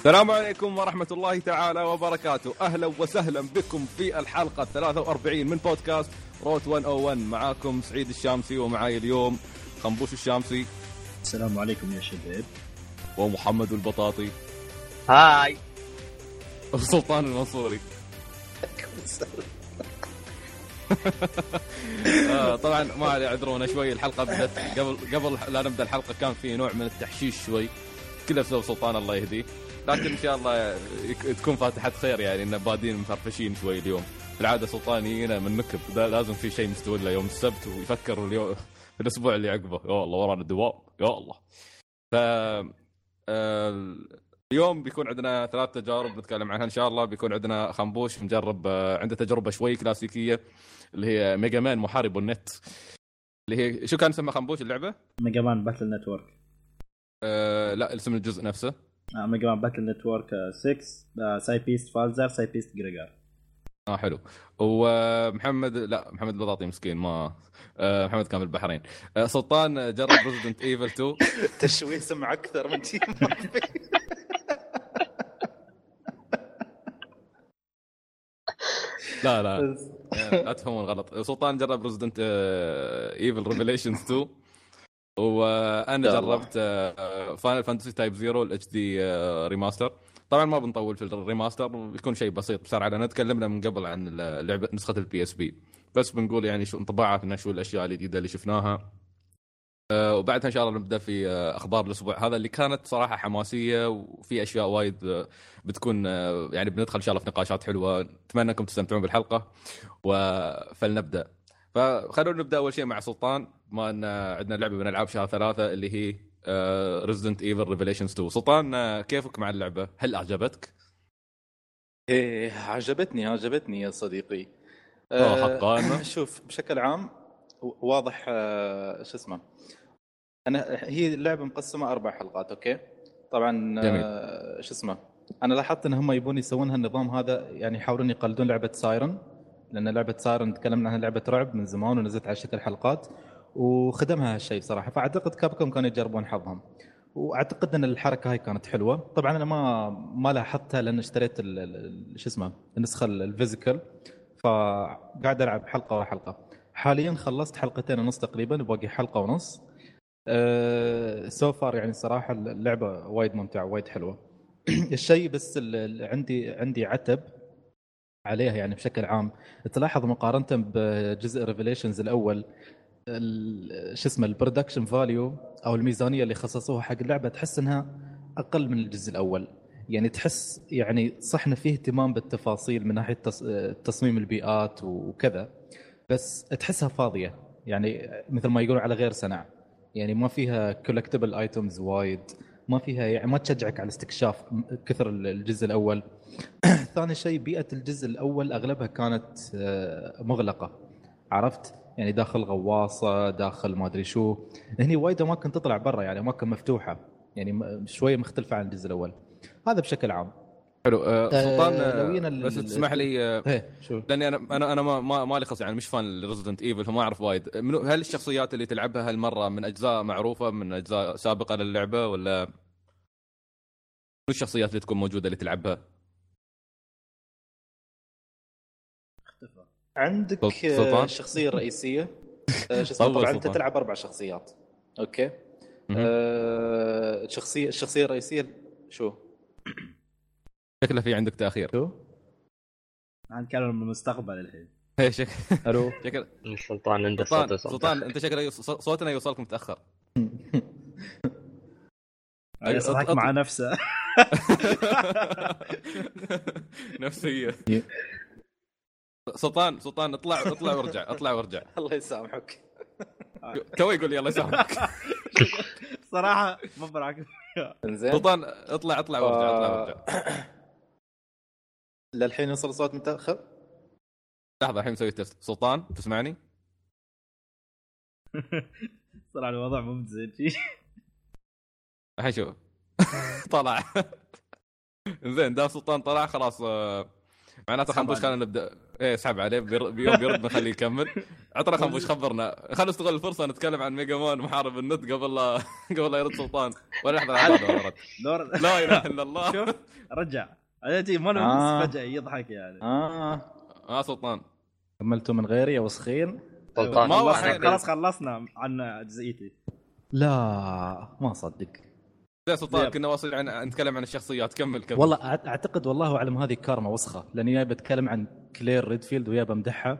السلام عليكم ورحمة الله تعالى وبركاته. أهلا وسهلا بكم في الحلقة 43 من بودكاست روت 101. معاكم سعيد الشامسي ومعاي اليوم خنبوش الشامسي. السلام عليكم يا شباب. ومحمد البطاطي. هاي. وسلطان المنصوري. طبعا ما يعذرونا شوي، الحلقة بدأت قبل لا نبدأ الحلقة كان في نوع من التحشيش شوي، كله بسبب سلطان الله يهديه، لكن إن شاء الله تكون فاتحة خير، يعني إن بادين مفرفشين شوي اليوم. بالعادة سلطانيين من نكب، لازم في شيء مستوي له يوم السبت ويفكر اليوم في الأسبوع اللي عقبه. يا الله ورانا الدوام يا الله. اليوم بيكون عندنا 3 تجارب نتكلم عنها إن شاء الله. بيكون عندنا خنبوش نجرب عنده تجربة شوي كلاسيكية اللي هي ميجا مان محارب النت، اللي هي شو كان اسمها خنبوش اللعبة؟ ميجا مان باتل نتورك. لا اسم الجزء نفسه ميجا مان باتل نتورك 6 سايبيست فالزر سايبيست جريجار. حلو. ومحمد محمد البطاطي مسكين ما محمد كان بالبحرين. سلطان جرب ريزيدنت ايفل 2. تشويه سمع اكثر من تي. لا لا تفهمون غلط. سلطان جرب ريزيدنت ايفل ريفيليشنز 2، وانا جربت فاينل فانتسي تايب 0 الاتش دي ريماستر. طبعا ما بنطول في الريماستر، بيكون شيء بسيط بسرعه لان تكلمنا من قبل عن اللعبه نسخه البي اس بي، بس بنقول يعني شو انطباعاتنا، شو الاشياء الجديده اللي شفناها. وبعدها ان شاء الله نبدا في اخبار الاسبوع هذا اللي كانت صراحه حماسيه، وفي اشياء وايد بتكون يعني بندخل ان شاء الله في نقاشات حلوه. اتمنى انكم تستمتعون بالحلقه فلنبدا. فخلونا نبدا اول شيء مع سلطان، ما ان عندنا لعبه بنلعب شهر 3 اللي هي Resident Evil Revelations 2. سلطان كيفك مع اللعبه؟ هل اعجبتك؟ ايه عجبتني يا صديقي. حقا شوف بشكل عام واضح. شو اسمه، هي اللعبه مقسمه 4 حلقات. اوكي طبعا. شو اسمه، انا لاحظت ان هم يبون يسوون هالنظام هذا، يعني يحاولون يقلدون لعبه سايرن، لان لعبه سايرن تكلمنا عنها لعبه رعب من زمان ونزلت على شكل حلقات وخدمها هالشيء صراحه. فاعتقد كابكوم كانوا يجربون حظهم، واعتقد ان الحركه هاي كانت حلوه. طبعا انا ما لاحظتها لان اشتريت شو اسمه النسخه الفيزيكال، فقاعد العب حلقه وحلقه. حاليا خلصت 2.5 حلقات تقريبا، وباقي 1.5 حلقة. سو فار يعني صراحه اللعبه وايد ممتعه وايد حلوه. الشيء بس اللي عندي عتب عليها يعني بشكل عام، تلاحظ مقارنه بجزء ريفيليشنز الاول، شو اسمه البرودكشن فاليو او الميزانيه اللي خصصوها حق اللعبه، تحس انها اقل من الجزء الاول. يعني تحس يعني صحنا فيه اهتمام بالتفاصيل من ناحيه تصميم البيئات وكذا، بس تحسها فاضيه، يعني مثل ما يقولون على غير سنع. يعني ما فيها كولكتبل ايتمز وايد، ما فيها يعني ما تشجعك على استكشاف كثر الجزء الاول. ثاني شيء بيئه الجزء الاول اغلبها كانت مغلقه، عرفت؟ يعني داخل غواصه، داخل ما ادري شو. هني وايد اماكن تطلع برا، يعني اماكن مفتوحه، يعني شويه مختلفه عن الجزء الاول. هذا بشكل عام. حلو. سلطان لو بس تسمح لي شو، لاني انا ما لي خص، يعني مش فان لريزيدنت ايفل فما اعرف وايد. هل الشخصيات اللي تلعبها هالمره من اجزاء معروفه من اجزاء سابقه للعبه، ولا شو الشخصيات اللي تكون موجوده اللي تلعبها؟ عندك سلطان الشخصيه الرئيسيه. شو اسمه، طبعا انت تلعب 4 شخصيات. اوكي. الشخصيه الرئيسيه شو شكله في عندك تاخير. شو نتكلم من المستقبل الحين. ايه شكل الو شكل سلطان عنده صوت سلطان انت شكلك صوتنا يوصلك متاخر. يصحك مع نفسه. نفسية. سلطان اطلع وارجع. الله يسامحك. تو يقول يلا يسامحك. صراحه ما براك. انزين سلطان اطلع وارجع. للحين يوصل صوت متاخر. لحظه الحين مسوي تست. سلطان تسمعني؟ صراحه الوضع مو مزعج. الحين شوف طلع. زين دام سلطان طلع خلاص. معناته خنبوش خلينا نبدا. ايه اسحب عليه بيرد بنخليه يكمل. عطنا خنبوش خبرنا، خلينا نستغل الفرصه نتكلم عن ميجا مان محارب النت قبل لا يرد سلطان. ولا لحظه لا اله الا الله. شوف رجع اجي ما فجاه يضحك يعني. سلطان كملتوا من غيري يا وسخين. سلطان ما خلاص خلصنا عن جزئيتي. لا ما صدق يا سلطان كنا واصلين نتكلم عن الشخصيات. كمل والله اعتقد والله اعلم هذه كارما وسخه، لاني جاي بتكلم عن كلير ريدفيلد ويا بمدحها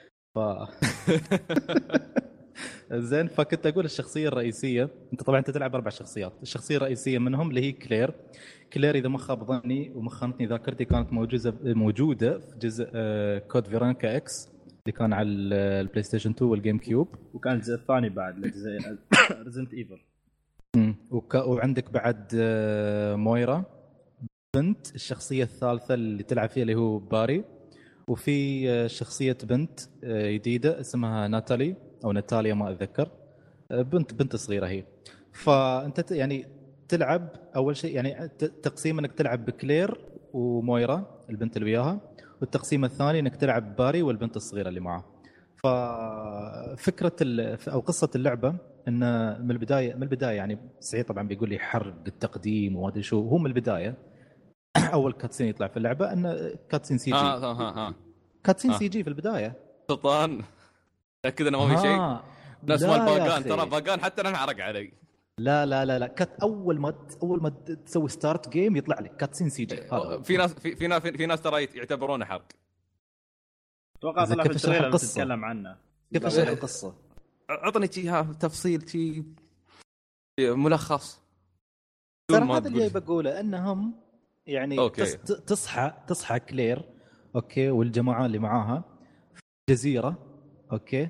زين. فكنت اقول الشخصيه الرئيسيه، انت طبعا انت تلعب 4 شخصيات، الشخصيه الرئيسيه منهم اللي هي كلير اذا ما خاب ظني ومخانتني ذاكرتي كانت موجوده في جزء كود فيرونيكا اكس اللي كان على البلاي ستيشن 2 والجيم كيوب، وكان الجزء الثاني بعد لجزء ريزنت ايفل. وعندك بعد مويرا بنت الشخصيه الثالثه اللي تلعب فيها اللي هو باري، وفي شخصيه بنت جديده اسمها ناتالي او ناتاليا ما اتذكر، بنت صغيره هي. فانت يعني تلعب اول شيء يعني تقسيم انك تلعب بكلير ومويرا البنت اللي وياها، والتقسيم الثاني انك تلعب باري والبنت الصغيره اللي معه. ففكره او قصه اللعبه ان من البدايه يعني سعيد طبعا بيقول لي حرق التقديم وما ادري شو. هو من البدايه اول كاتسين يطلع في اللعبه انه كاتسين سي جي. كاتسين سي جي في البدايه. سلطان تاكد انه ما في شيء ناس مال باغان. ترى باغان حتى انا حرق علي. لا لا لا لا كات اول ما تسوي ستارت جيم يطلع لك كاتسين سي جي. في ناس ترى يعتبرونه حرق. اتوقع طلع في التريلر اللي تتكلم عنه. كيف اشرح القصه؟ عطني شيء تفصيل شيء ملخص. ترى هذا اللي بقوله انهم يعني تصحى كلير اوكي والجماعه اللي معاها في جزيره اوكي،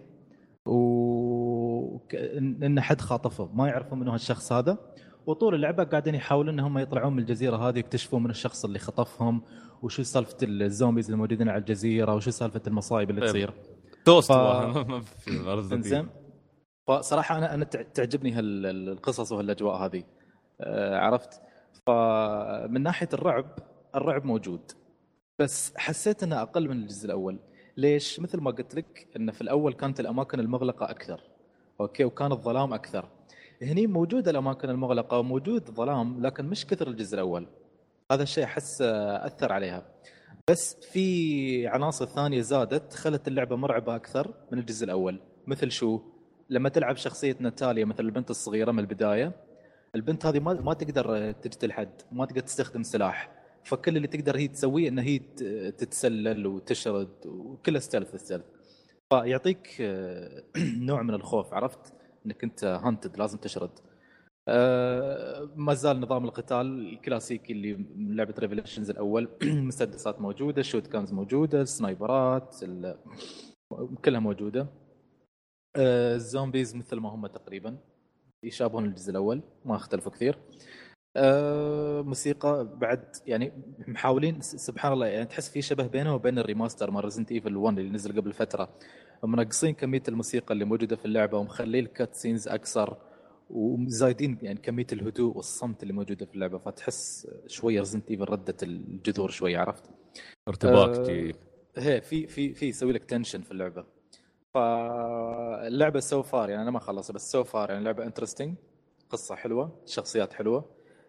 وان حد خاطفه ما يعرفوا منو هالشخص هذا، وطول اللعبه قاعدين يحاولون انهم يطلعون من الجزيره هذه يكتشفون من الشخص اللي خطفهم وشو سالفه الزومبيز الموجودين على الجزيره وشو سالفه المصايب اللي تصير. انزين. فصراحه انا تعجبني هالقصص وهالاجواء هذه عرفت. فمن ناحيه الرعب موجود، بس حسيت انه اقل من الجزء الاول. ليش؟ مثل ما قلت لك ان في الاول كانت الاماكن المغلقه اكثر اوكي، وكان الظلام اكثر. هني موجوده الاماكن المغلقه وموجود ظلام لكن مش كثر الجزء الاول. هذا الشيء احس اثر عليها. بس في عناصر ثانيه زادت خلت اللعبه مرعبه اكثر من الجزء الاول. مثل شو؟ لما تلعب شخصيه ناتاليا مثل البنت الصغيره من البدايه، البنت هذه ما تقدر تقتل حد، ما تقدر تستخدم سلاح، فكل اللي تقدر هي تسويه ان هي تتسلل وتشرد وكلها ستيلث. فيعطيك نوع من الخوف، عرفت انك انت هانتد لازم تشرد. ما زال نظام القتال الكلاسيكي اللي من لعبه ريفيليشنز الاول. مسدسات موجوده، الشوت كانز موجوده، السنايبرات كلها موجوده. الزومبيز مثل ما هم تقريبا يشابهون الجزء الاول، ما اختلفوا كثير. موسيقى بعد يعني محاولين سبحان الله يعني تحس في شبه بينه وبين الريماستر مال ريزنت ايفل 1 اللي نزل قبل فتره. منقصين كميه الموسيقى اللي موجوده في اللعبه ومخلين الكات سينز اكثر، وزايدين يعني كميه الهدوء والصمت اللي موجوده في اللعبه، فتحس شويه ريزنت ايفل ردت الجذور شويه، عرفت ارتباط هي في يسوي لك تنشن في اللعبه. فاللعبه سو فار يعني انا ما خلصت، بس سو فار يعني اللعبه انترستينج، قصه حلوه، الشخصيات حلوه،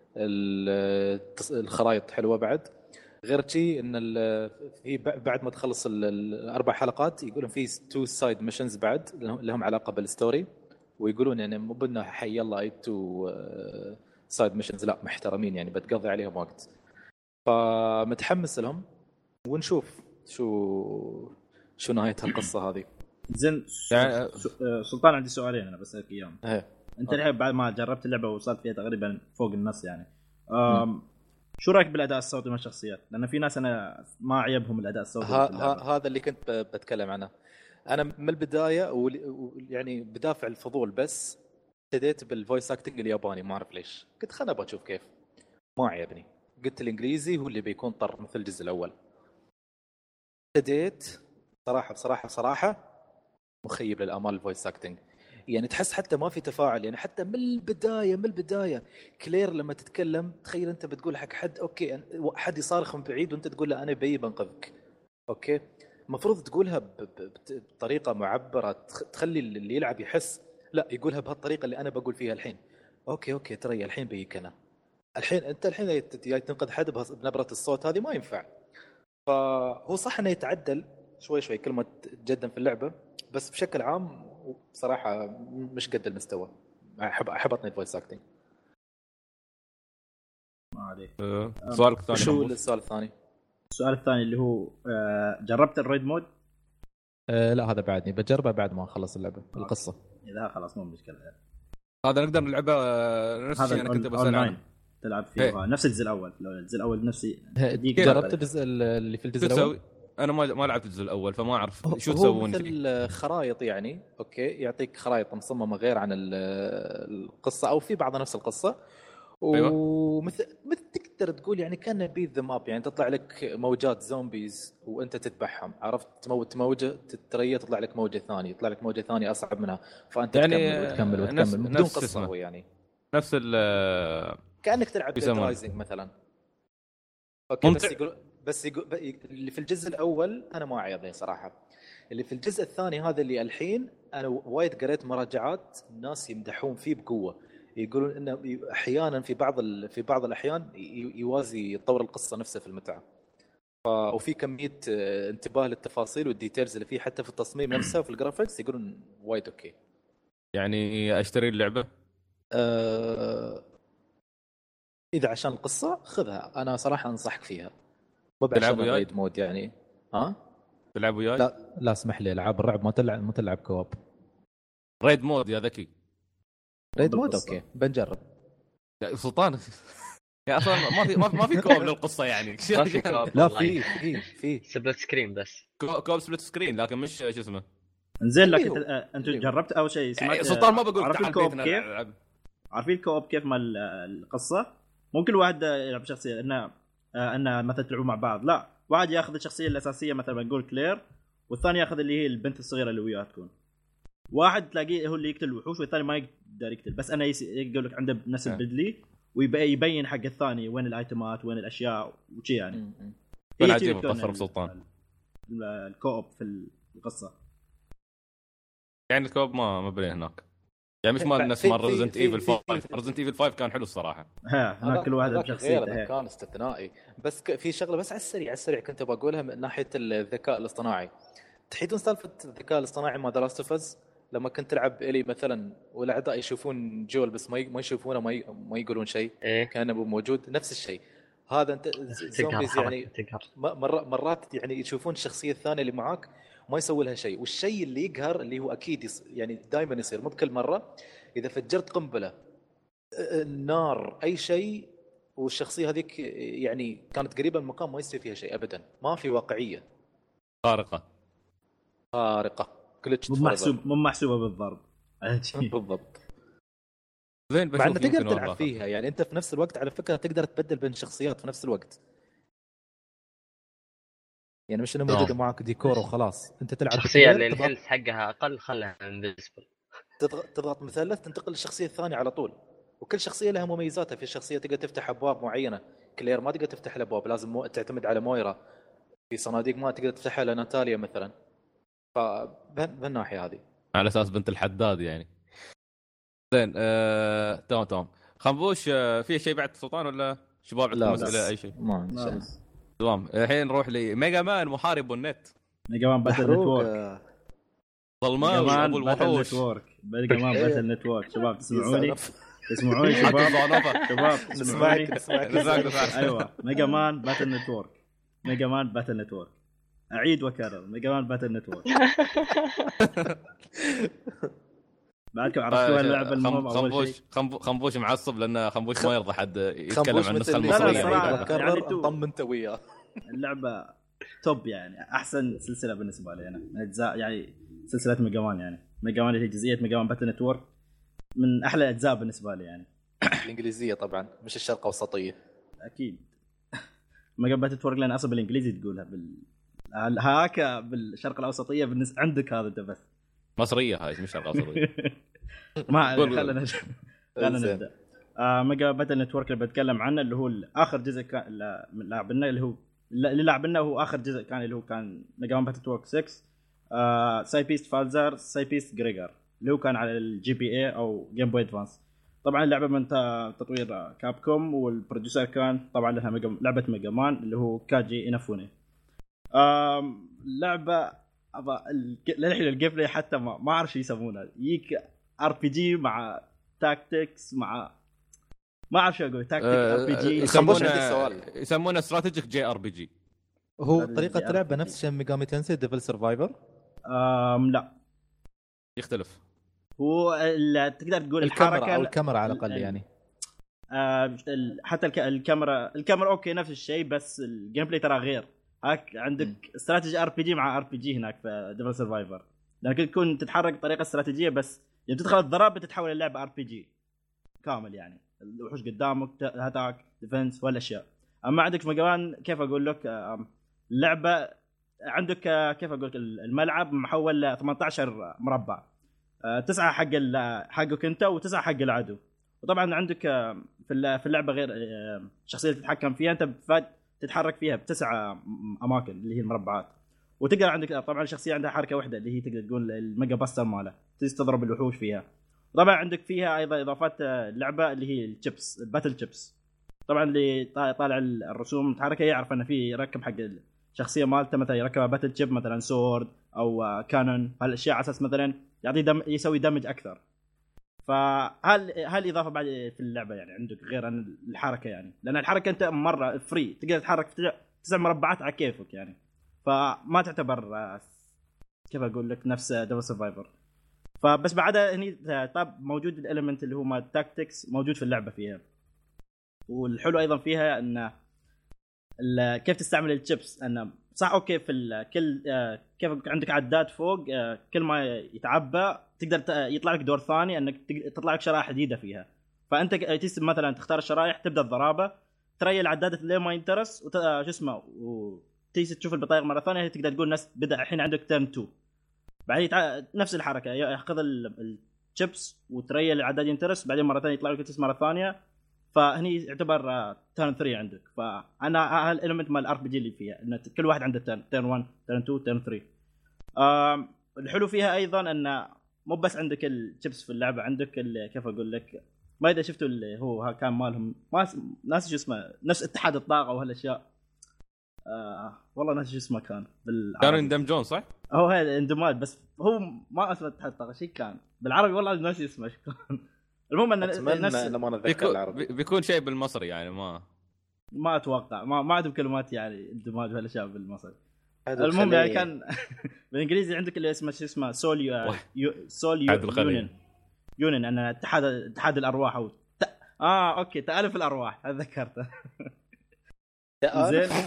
الخرائط حلوه. بعد غير شيء ان في بعد ما تخلص الاربع حلقات يقولون في 2 سايد ميشنز بعد لهم علاقه بالستوري، ويقولون يعني مو بدنا حي يلا اي 2 سايد ميشنز، لا محترمين يعني بتقضي عليهم وقت. فمتحمس لهم ونشوف شو نهايه القصه هذه. زين يعني سلطان عندي سؤالين انا بسالك اياهم. انت الحين بعد ما جربت اللعبه ووصلت فيها تقريبا فوق النص يعني شو رايك بالاداء الصوتي من الشخصيات؟ لان في ناس انا ما عيبهم الاداء الصوتي. هذا اللي كنت بتكلم عنه. انا من البدايه يعني بدافع الفضول بس ابتديت بالفويس اكتنج الياباني، ما اعرف ليش، قلت خلنا بشوف كيف، ما عجبني، قلت الانجليزي هو اللي بيكون طر مثل الجزء الاول. ابتديت صراحه مخيب للامال الفويس اكتنج، يعني تحس حتى ما في تفاعل، يعني حتى من البدايه كلير لما تتكلم تخيل انت بتقول حق حد اوكي حد يصارخ من بعيد وانت تقول له انا بنقذك، اوكي المفروض تقولها بطريقه معبره تخلي اللي يلعب يحس، لا يقولها بهالطريقه اللي انا بقول فيها الحين. اوكي ترى الحين بيك انا الحين، انت الحين جاي تنقذ حد بنبره الصوت هذه، ما ينفع. فهو صح انه يتعدل شوي كل ما تقدم في اللعبه، بس بشكل عام بصراحه مش قد المستوى. احب اطني الفويس اكتنج. ما عليك. سؤالك الثاني. شو السؤال الثاني؟ السؤال الثاني اللي هو جربت الريد مود؟ لا هذا بعدني بجربه بعد ما اخلص اللعبه القصه. اذا خلاص مو مشكله. هذا نقدر نلعبه نفس الشيء انا كنت بسال عنه. تلعب فيه نفس الجزء الاول. لو الجزء الاول نفسي جربت الجزء اللي في الجزء الاول؟ انا ما لعبت الجزء الاول فما اعرف شو تسوون فيه. الخرائط يعني اوكي يعطيك خرائط مصممه غير عن القصه او في بعضها نفس القصه. ومثل تقدر تقول يعني كان بيذ ذم اب، يعني تطلع لك موجات زومبيز وانت تذبحهم، عرفت؟ تموت موجه تتريا تطلع لك موجه ثانيه، يطلع لك موجه ثانيه اصعب منها، فانت يعني تكمل بدون قصه. هو يعني نفس كانك تلعب ديد رايزنج مثلا. اوكي بس يقول اللي في الجزء الاول انا ما عيبني صراحه. اللي في الجزء الثاني هذا اللي الحين انا وايد قريت مراجعات الناس يمدحون فيه بقوه، يقولون انه احيانا في بعض الاحيان يوازي يطور القصه نفسها في المتعه. وفي كميه انتباه للتفاصيل والديتيلز اللي فيه حتى في التصميم نفسه وفي الجرافيكس، يقولون وايد اوكي. يعني اشتري اللعبه اذا عشان القصه خذها، انا صراحه انصحك فيها. مو بعشان الريد مود يعني. تلعب وياي؟ لا اسمح لي، العاب الرعب ما تلعب كواب. ريد مود يا ذكي. ريد مود اوكي بنجرب. يا سلطان يا اصلا ما في كوب للقصه يعني. ما في كوب. لا في سبلت سكرين بس. كوب سبلت سكرين لكن مش شو اسمه. انزين لك انت جربت او شيء يعني سلطان ما بقول عارفين الكوب كيف؟ عارفين الكوب كيف مال القصه؟ ممكن واحد يلعب شخصيه انه مثلا تلعبوا مع بعض، لا واحد ياخذ الشخصيه الاساسيه مثلا نقول كلير، والثاني ياخذ اللي هي البنت الصغيره اللي وياها تكون. واحد تلاقيه هو اللي يقتل الوحوش والثاني ما يقدر يقتل، بس انا يقول لك عنده نفس البدلي ويبين حق الثاني وين الايتمات وين الاشياء وشي يعني. ولا عجيب طفر سلطان الكوب في القصه. يعني الكوب ما بليه هناك يعني مش مال نفس مال ريزنت ايفل 5. ريزنت ايفل 5 كان حلو الصراحه. هناك كل واحد بشخصيته كان استثنائي. بس في شغله بس على السريع كنت بقولها من ناحيه الذكاء الاصطناعي. تحيدون سالفه الذكاء الاصطناعي ما درست فز لما كنت تلعب إلي مثلا والاعداء يشوفون جول بس ما يشوفونه ما يقولون شيء كان ابو موجود نفس الشيء هذا. انت زومبيز يعني مرات يعني يشوفون الشخصيه الثانيه اللي معاك ما يسوي لها شيء، والشيء اللي يقهر اللي هو اكيد يعني دائما يصير مو بكل مره، اذا فجرت قنبله النار اي شيء والشخصيه هذيك يعني كانت قريبه من المكان ما يصير فيها شيء ابدا، ما في واقعيه. خارقه مو محسوبه بالضرب بالضبط. زين مع انك تقدر تلعب فيها يعني انت في نفس الوقت على فكره تقدر تبدل بين الشخصيات في نفس الوقت، يعني مش انه موجوده معك ديكور وخلاص. انت تلعب الشخصيه اللي الهيلث حقها اقل خلها انفيزبل، تضغط مثلث تنتقل للشخصيه الثانيه على طول، وكل شخصيه لها مميزاتها. في شخصيه تقدر تفتح ابواب معينه، كلير ما تقدر تفتح الابواب لازم تعتمد على مويرا. في صناديق ما تقدر تفتحها لناتاليا مثلا، فبهالناحيه هذه على اساس بنت الحداد يعني. زين تمام خنبوش في شيء بعد سلطان ولا شباب عندكم مسألة اي شيء؟ ما تمام الحين نروح لميجا مان محارب النت. ميجا مان باتل نتورك ظلماوي ابو الوحوش. ميجا مان باتل نتورك. شباب تسمعوني شباب نسمعك. ايوه ميجا مان باتل نتورك. ميجا مان باتل نتورك اعيد وكرر ميجا مان باتل نتورك. بعدكم عرفتوا اللعبه المهم اول شيء. خنبوش معصب لان خنبوش ما يرضى حد يتكلم عن النسخه المصريه. يعني طم انت وياه. اللعبه توب يعني احسن سلسله بالنسبه لي انا من اجزاء يعني سلسله ميجا مان. يعني ميجا مان اللي هي جزئيه ميجا مان باتل نتورك من احلى الاجزاء بالنسبه لي يعني. الانجليزيه طبعا مش الشرق الاوسطيه اكيد. ميجا مان باتل نتورك لان اصلا بالانجليزي تقولها هاكا بالشرق الاوسطيه بالنسبه عندك هذا انت بس مصريه هاي مش شرق اوسطيه. ما خلينا نبدا. ميجا باتل نتورك اللي بتكلم عنه اللي هو اخر جزء لعبنا اللي هو اللي لعبناه هو اخر جزء كان اللي هو كان ميجا مان باتل وورك 6 سايبيست فالزر سايبيست جريجر اللي هو كان على الجي بي اي او جيم بوي ادفانس. طبعا اللعبه من تطوير كابكوم والبروديوسر كان طبعا لها لعبه ميجا مان اللي هو كاجي إنافوني. لعبه للحين الجيم بلاي حتى ما اعرف شو يسمونها، يجيك ار بي جي مع تاكتكس مع ما اعرف شو اقول تاكتيك ار بي جي يسمونه استراتيجيك جي ار بي جي. هو طريقه لعبه نفس شين ميجامي تنسي ديفل سرفايفر؟ لا يختلف. هو تقدر تقول الحركه او الكاميرا على الاقل يعني حتى الكاميرا اوكي نفس الشيء، بس الجيم بلاي ترى غير. هاك عندك استراتيجي ار بي جي مع ار بي جي هناك في ديفل سرفايفر، لانك تكون تتحرك بطريقه استراتيجيه، بس لما تدخل الضرب بتتحول اللعبه ار بي جي كامل يعني الوحوش قدامك هاتاك ديفنس والاشياء. اما عندك مجال كيف اقول لك اللعبه عندك كيف اقول لك الملعب محول ل 18 مربع، 9 حقك انت و9 حق العدو. وطبعا عندك في اللعبه غير الشخصيه اللي تتحكم فيها انت تتحرك فيها ب9 اماكن اللي هي المربعات، وتقدر عندك طبعا الشخصيه عندها حركه واحده اللي هي تقدر تقول الميجا باستر ماله تضرب الوحوش فيها. طبعا عندك فيها ايضا اضافات اللعبه اللي هي الشيبس الباتل شيبس. طبعا اللي طالع الرسوم متحركه يعرف انه في يركب حق الشخصيه مالته، مثلا يركبها باتل شيب مثلا سورد او كانون، هالاشياء على اساس مثلا يعطي يسوي دمج اكثر. فهل اضافه بعد في اللعبه يعني عندك غير عن الحركه يعني، لان الحركه انت مره فري تقدر تتحرك في 9 مربعات على كيفك يعني، فما تعتبر كيف اقول لك نفس ديفل سرفايفر. فبس بعدها هني طب موجود الاليمنت اللي هو ما التاكتكس موجود في اللعبه فيها. والحلو ايضا فيها ان كيف تستعمل الشيبس، انه صح اوكي في كل كيف عندك عداد فوق كل ما يتعبى تقدر يطلع لك دور ثاني انك تطلع لك شرائح جديده فيها. فانت تسم مثلا تختار الشرائح تبدا الضرابه تريل العداد لين ما ينترس شو اسمه وتيجي تشوف البطايق مره ثانيه تقدر تقول ناس بدا الحين عندك تيرن 2 بعدين نفس الحركه ياخذ الشيبس وتريل العداد ينترس بعدين مره ثانيه يطلع لك تيس مره ثانيه. فهني يعتبر تيرن 3 عندك. فانا الاليمنت مال الار بي جي اللي فيها ان كل واحد عنده تيرن 1 تيرن 2 تيرن 3. الحلو فيها ايضا ان مو بس عندك الشيبس في اللعبه، عندك كيف اقول لك ما اذا شفتوا اللي هو كان مالهم ناس شو اسمه نفس اتحاد الطاقه وهالاشياء. والله ناس شو اسمه كان كان يندمجون صح؟ هو هذا اندماج بس هو ما اسمه اتحاد الطاقه شيء كان بالعربي والله ناس اسمه كان. المهم ان نفس ما نتذكر العربي بيكون شيء بالمصري يعني ما اتوقع ما عندهم كلمات يعني اندماج وهالاشياء بالمصري. المهم يعني كان بالانجليزي عندك اللي اسمه سول يونين ان اتحاد الارواح او اوكي تالف الارواح ذكرته. زين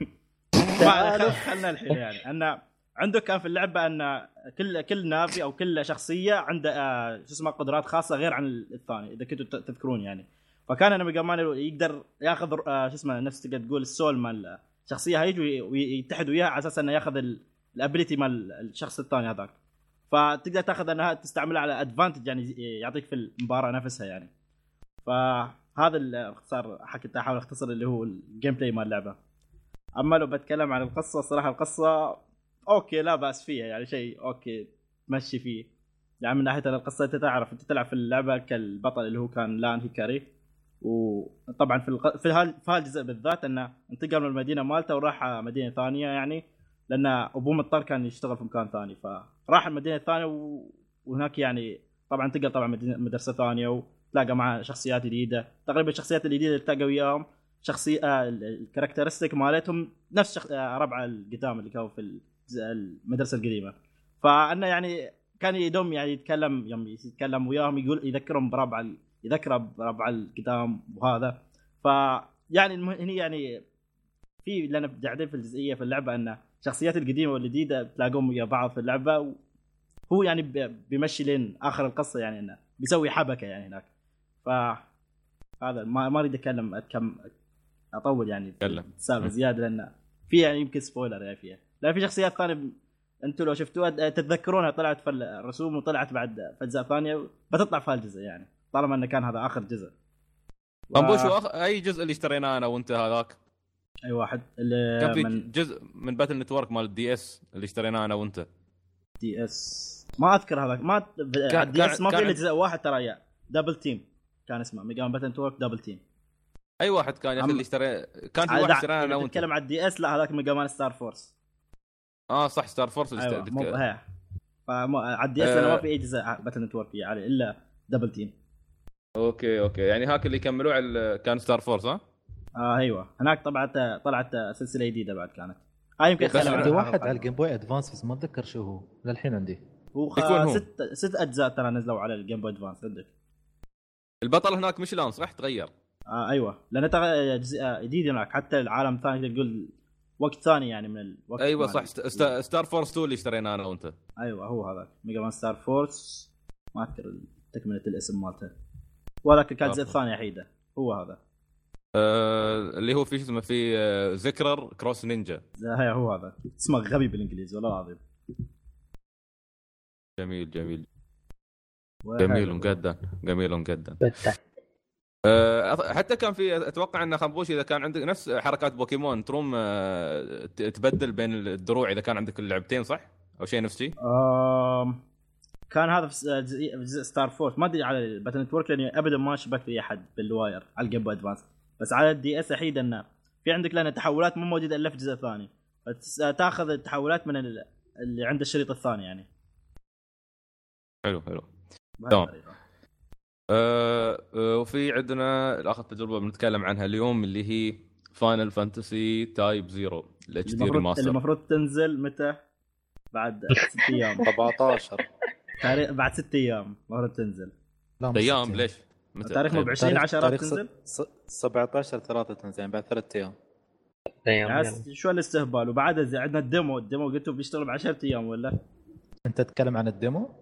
خلنا الحين يعني ان عندك كان في اللعبه ان كل نافي او كل شخصيه عنده شو اسمه قدرات خاصه غير عن الثاني اذا كنتوا تذكرون يعني. فكان انا ميجا مان يقدر ياخذ شو اسمه نفس تقدر تقول السول مال الشخصيه هيجي ويتحد وياها على اساس انه ياخذ الابيليتي مال الشخص الثاني هذاك. فتقدر تاخذ انها تستعملها على ادفانتج يعني يعطيك في المباراه نفسها يعني. فهذا الاختصار حكيت احاول اختصر اللي هو الجيم بلاي مال اللعبه. اما لو بتكلم عن القصه صراحه القصه اوكي لا باس فيها يعني شيء اوكي تمشي فيه يعني من ناحيه القصه. انت تعرف انت تلعب في اللعبه كالبطل اللي هو كان لان هيكاري. وطبعا في هالجزء بالذات انه انتقل من المدينه مالته وراح مدينه ثانيه يعني لان ابوه مضطر كان يشتغل في مكان ثاني فراح المدينه الثانيه وهناك يعني طبعا انتقل طبعا مدرسه ثانيه وتلاقى معه شخصيات جديده. تقريبا الشخصيات الجديده اللي تلاقى وياهم شخصيه الكاركترستيك مالتهم نفس ربع القدام اللي كانوا في المدرسه القديمه. فانه يعني كان يدوم يعني يتكلم وياهم يقول يذكرهم بربع القدام وهذا. فيعني هني يعني في لنا قاعدين في الجزئيه في اللعبه ان الشخصيات القديمه والجديده تلاقوهم ويا بعض في اللعبه وهو يعني بيمشي لين اخر القصه يعني انه بيسوي حبكه يعني هناك. فهذا ما اريد اطول يعني السالفه زياده لان في يعني يمكن سبويلر يعني فيها. لا في شخصيات ثانيه انتم لو شفتوها تتذكرونها طلعت في الرسوم وطلعت بعد في اجزاء ثانيه بتطلع في هالجزء يعني طالما انه كان هذا اخر جزء. طنبوش اي جزء اللي اشتريناه انا وانت هذاك اي واحد اللي كان في من جزء من باتل نتورك مال الدي اس اللي اشتريناه انا وانت. دي اس ما اذكر هذاك ما الدي اس ما في الا جزء واحد ترى يا دبل تيم كان اسمه ميجا مان باتل نتورك دبل تيم. اي واحد كان يا اخي اللي اشترى كان في واحد اشتريناه انا وانت. نتكلم على الدي اس لا هذاك ميجا مان ستار فورس. صح ستار فورس اللي أيوة مو على الدي اس انا ما في اي جزء باتل نتورك فيه عليه الا دبل تيم. اوكي يعني هاك اللي كملوا على كان ستار فورس ها. ايوه هناك طلعت سلسله جديده بعد كانت يمكن بس عندي واحد على الجيم بوي ادفانس بس ما اتذكر شو هو للحين عندي. هو ست اجزاء ترى نزلوا على الجيم بوي ادفانس عندك. البطل هناك مش لانس راح تغير. ايوه لان ترى جديد هناك حتى العالم ثاني تقول وقت ثاني يعني من الوقت. ايوه صح ستار فورس 2 اللي اشتريناه انا وانت. ايوه هو هذا ميجا مان ستار فورس ما اذكر تكمله الاسم مالته ولكن كان الجزء الثاني وحيده هو هذا. اللي هو في اسمه في ذكرر كروس نينجا. هو هذا اسمه غبي بالانجليزي والله العظيم. جميل جدا. حتى كان في اتوقع ان خنبوش اذا كان عندك نفس حركات بوكيمون تروم تبدل بين الدروع اذا كان عندك اللعبتين صح او شيء نفس شيء. كان هذا في جزء ستار فورس ما ادري على الباتل نتورك لاني ابدا ما شبكت في احد بالواير على الجيم بوي ادفانس بس على الدي اس احيد انه في عندك لنا تحولات مو موجوده الا في الجزء الثاني فتاخذ التحولات من اللي عند الشريط الثاني يعني. حلو تمام. وفي عندنا الاخر تجربه بنتكلم عنها اليوم اللي هي فاينل فانتسي تايب 0 الاتش دي ريماستر اللي المفروض تنزل متى بعد 6 ايام 14 تاريخ بعد 6 ايام المفروض تنزل. ايام ليش متى تاريخ مو ب 20/10 تنزل 17/3 تنزل بعد 3 ايام. شو الاستهبال وبعد عندنا الديمو قلتوا بيشتغل ب 10 ايام ولا انت تتكلم عن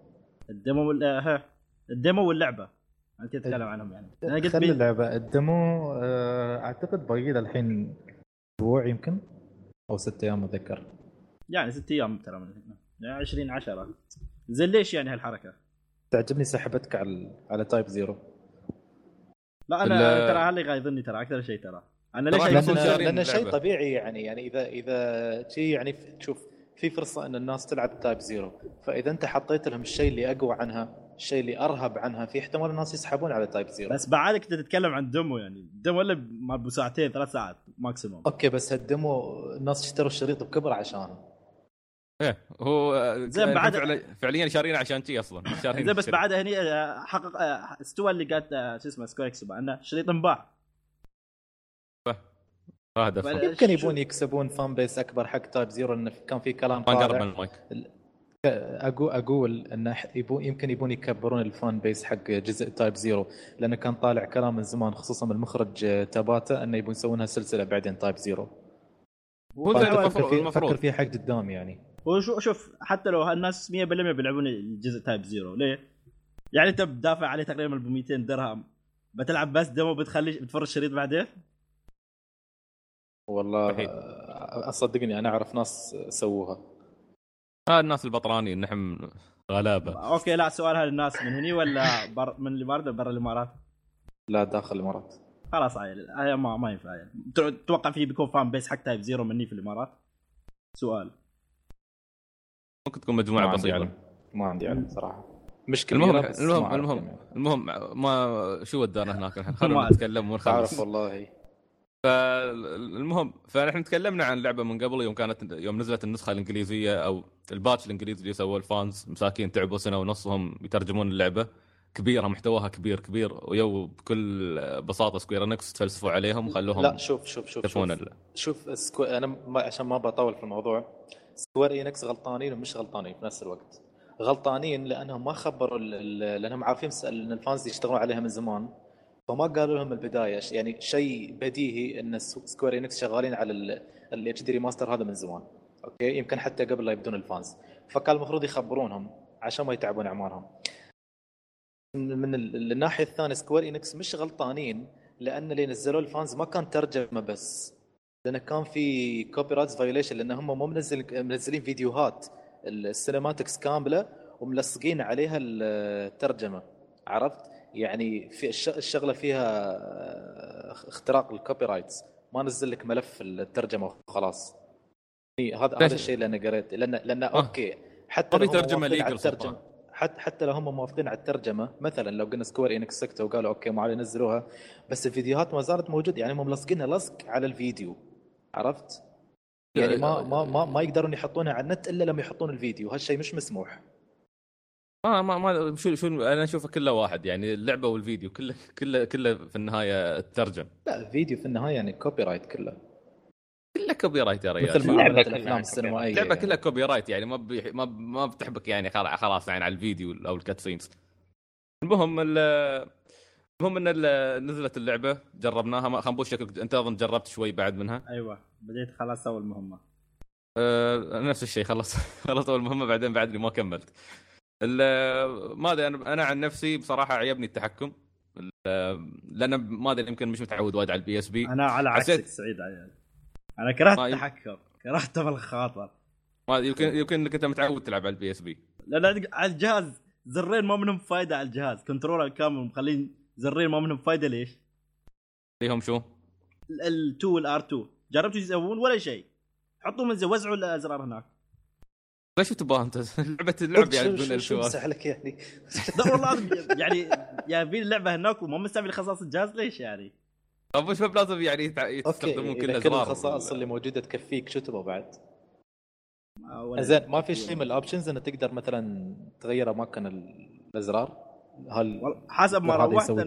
الديمو واللعبه انت تتكلم عنهم يعني. انا قلت اللعبه الديمو اعتقد باقي له الحين اسبوع يمكن او 6 ايام اتذكر يعني 6 ايام ترى من يعني 20/10 زين. ليش يعني هالحركه تعجبني سحبتك على تايب 0. لا انا ترى هاللي غايظني ترى اكثر شيء ترى انا ليش لأن شيء طبيعي يعني اذا شيء يعني تشوف في فرصه ان الناس تلعب تايب 0 فاذا انت حطيت لهم الشيء اللي اقوى عنها الشيء اللي ارهب عنها في احتمال الناس يسحبون على تايب 0. بس بعدك تتكلم عن ديمو يعني الديمو ولا ما ب 2 3 ساعات ماكسيموم. اوكي بس هالديمو الناس اشتروا الشريط بكبر عشانه. ايه هو زين بعد فعليا شارين عشان شيء اصلا شارين زين بس بعدها هني حقق استوى اللي قالت شو اسمه سكويركس انه شريط انباع. يمكن يبون يكسبون فان بيس اكبر حق تايب 0 لان كان في كلام طالع اقول انه يمكن يبون يكبرون الفان بيس حق جزء تايب 0 لانه كان طالع كلام من زمان خصوصا من المخرج تاباتا انه يبون يسوونها سلسله بعدين تايب 0. فكر فيها حق قدام يعني. شوف حتى لو الناس 100% بيلعبون الجزء تايب 0 ليه يعني انت بدافع عليه تقريبا ب 200 درهم بتلعب بس ديمو بتفرج الشريط بعدين. والله اصدقني انا اعرف ناس سووها. الناس البطراني نحن غلابه. اوكي لا سؤال الناس من هني ولا من الامارات ولا برا الامارات؟ لا داخل الامارات. خلاص هاي ما ينفع يعني. تتوقع فيه بيكون فان بيس حق تايب 0 مني في الامارات؟ سؤال ممكن تكون مجموعه بسيطه ما عندي علم صراحه. مشكله المهم ما شو ودانا هناك الحين خلونا نتكلم ونخلص والله. فالمهم فنحن تكلمنا عن اللعبه من قبل يوم نزلت النسخه الانجليزيه او الباتش الانجليزي اللي سووه الفانز مساكين تعبوا سنه ونصهم يترجمون اللعبه كبيره محتواها كبير ويو بكل بساطه سكوير انكس تفلسفوا عليهم وخلوهم. لا شوف انا عشان ما بطول في الموضوع. سكوير انكس غلطانين ومش غلطانين في نفس الوقت. غلطانين لانهم ما خبروا لانهم عارفين ان الفانز يشتغلون عليها من زمان فما قالوا لهم البدايه يعني شيء بديهي ان سكوير انكس شغالين على الاتش دي ريماستر هذا من زمان. اوكي يمكن حتى قبل لا يبدون الفانز فكان المفروض يخبرونهم عشان ما يتعبون اعمارهم. من الناحيه الثانيه سكوير انكس مش غلطانين لان اللي نزلوا الفانز ما كان ترجمه بس لان كان في كوبي رايتس فايوليشن لان هم مو منزلين فيديوهات السينماتكس كامله وملصقين عليها الترجمه. عرفت يعني في الشغله فيها اختراق الكوبي رايتس ما نزل لك ملف الترجمه وخلاص. هذا الشيء اللي انا قريت، لان اوكي حتى لو ترجمه ليجل حتى لو هم موافقين على الترجمه، مثلا لو قلنا سكوير انكس سكتوا وقالوا اوكي ما عليه نزلوها، بس الفيديوهات ما زالت موجوده، يعني هم ملصقينها لصق على الفيديو، عرفت؟ يعني ما يقدرون يحطونها على النت الا لما يحطون الفيديو، هالشيء مش مسموح. ما شو انا اشوفه كله واحد، يعني اللعبه والفيديو كله في النهايه الترجم. لا الفيديو في النهايه يعني كوبي رايت كله كوبي رايت يا ريال، مثل ما عملت الافلام السينمائيه. اللعبه كلها كوبي رايت، يعني ما بتحبك يعني خلاص يعني على الفيديو او الكات سينز. المهم ان نزلت اللعبه جربناها. خنبوش شكلك انت اظن جربت شوي بعد منها. ايوه بديت خلاص اول مهمه. نفس الشيء خلصت اول مهمه، بعدين بعد ما كملت. ما ادري انا عن نفسي بصراحه عجبني التحكم، لان ما ادري يمكن مش متعود وايد على البي اس بي. انا على عكسك سعيد عيال. انا كرهت التحكم، كرهته بالخاطر. ما يمكن انك انت متعود تلعب على البي اس بي. لا على الجهاز زرين ما منهم فايده، على الجهاز كنترول كامل مخلين زرين ما منهم فايده. ليش؟ ليهم شو ال2 والR2 جربتوا يسوون ولا شيء؟ حطوا من وزعوا الازرار هناك. ليش تبغى انت اللعبه يعني بدون شو مسح لك يعني؟ لا والله يعني في اللعبه هناك وما مستعمل خصائص الجهاز. ليش يعني؟ طب وش لازم يعني يستخدمون كل الازرار الخصائص اللي موجوده تكفيك؟ شو تبغى بعد؟ زين ما في شيء من الاوبشنز انك تقدر مثلا تغير اماكن الازرار؟ حسب ما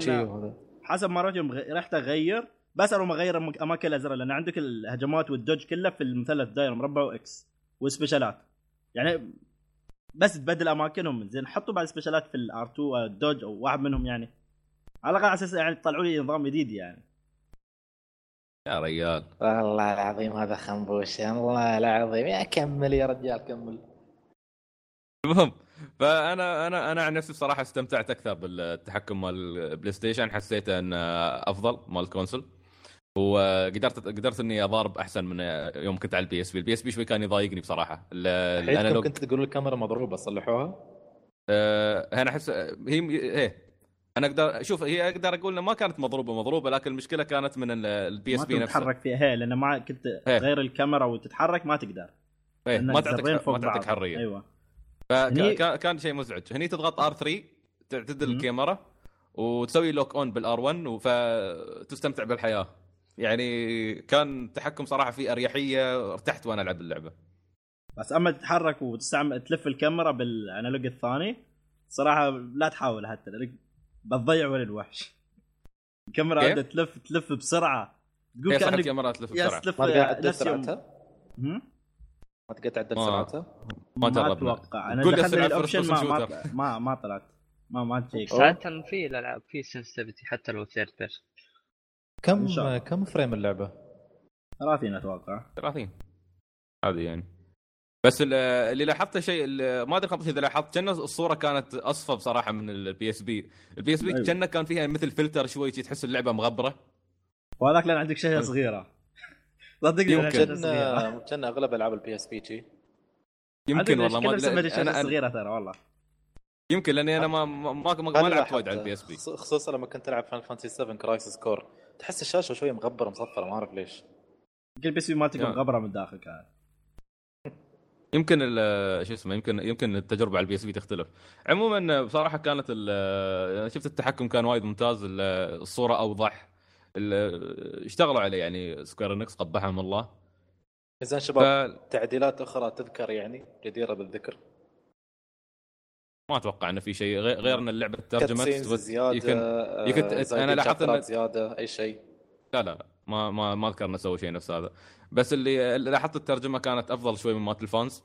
روحت يوم رحت اغير، بس انا ما اغير اماكن الازرار، لان عندك الهجمات والدوج كلها في المثلث داير مربع واكس وسبيشالات، يعني بس تبدل اماكنهم. زين حطوا بعد سبيشالات في الR2 والدوج او واحد منهم، يعني على الاقل اساس يعني طلعوا لي نظام جديد يعني. يا رجال والله العظيم هذا خنبوش، والله العظيم. يا كمل يا رجال كمل. المهم فانا عن نفسي بصراحه استمتعت اكثر بالتحكم مال البلاي ستيشن، حسيته انه افضل مال الكونسول، وقدرت اني اضارب احسن من يوم كنت على البي اس بي شوي كان يضايقني بصراحه. انا كنت تقول الكاميرا مضروبه صلحوها. انا احس هي انا اقدر اقول انه ما كانت مضروبه، لكن المشكله كانت من البي اس بي نفسه. تتحرك فيها لان ما كنت غير الكاميرا وتتحرك ما تقدر. ما تعطيك حريه. ايوه كان شيء مزعج. هني تضغط R3 تعتدل الكاميرا وتسوي لوك اون بالR1 فتستمتع بالحياه. يعني كان تحكم صراحه فيه اريحيه، ارتحت وانا العب اللعبه. بس اما تتحرك وتستعمل تلف الكاميرا بالانالوج الثاني صراحه لا تحاول، حتى لانك بتضيع ولا الوحش. الكاميرا عندها تلف بسرعه، تقول كانك الكاميرا تلف بسرعه. ما تقدر تعدل سرعتها؟ ما تقدر تعدل سرعتها؟ ما اتوقع. انا دخلت الاوبشن ما طلعت ما تشيك. ساعتها في الالعاب في سنسيتيفيتي حتى لو ثيرد بيرسون. كم فريم اللعبه؟ 30 اتوقع. 30 هذه يعني. بس اللي لاحظته شيء ما ادري اذا لاحظت، كان الصوره كانت اصفى بصراحه من البي اس بي كان كان فيها مثل فلتر شوي تحس اللعبه مغبره، وهذاك لان عندك شاشه صغيره. صدقني كان اغلب العاب البي اس بي يمكن والله ما ادري. انا صغيره ترى والله يمكن لاني انا ما لعبت وايد على البي اس بي، خصوصا لما كنت العب فاينل فانتسي 7 كرايسيس كور تحس الشاشه شويه مغبره مصفره، ما اعرف ليش. البي اس بي ما تكون مغبره من الداخل كانت. يمكن شو اسمه يمكن التجربه على البي اس بي تختلف. عموما بصراحه كانت شفت التحكم كان وايد ممتاز، الصوره اوضح، اشتغلوا عليه يعني سكوير انكس قبحهم الله. اذا شباب تعديلات اخرى تذكر يعني جديره بالذكر؟ ما اتوقع انه في شيء غير ان اللعبه ترجمت زياده يمكن انا لاحظت ان زياده اي شيء. لا ما اذكر انه سووا شيء نفس هذا، بس اللي لاحظت الترجمه كانت افضل شوي من مات الفانز.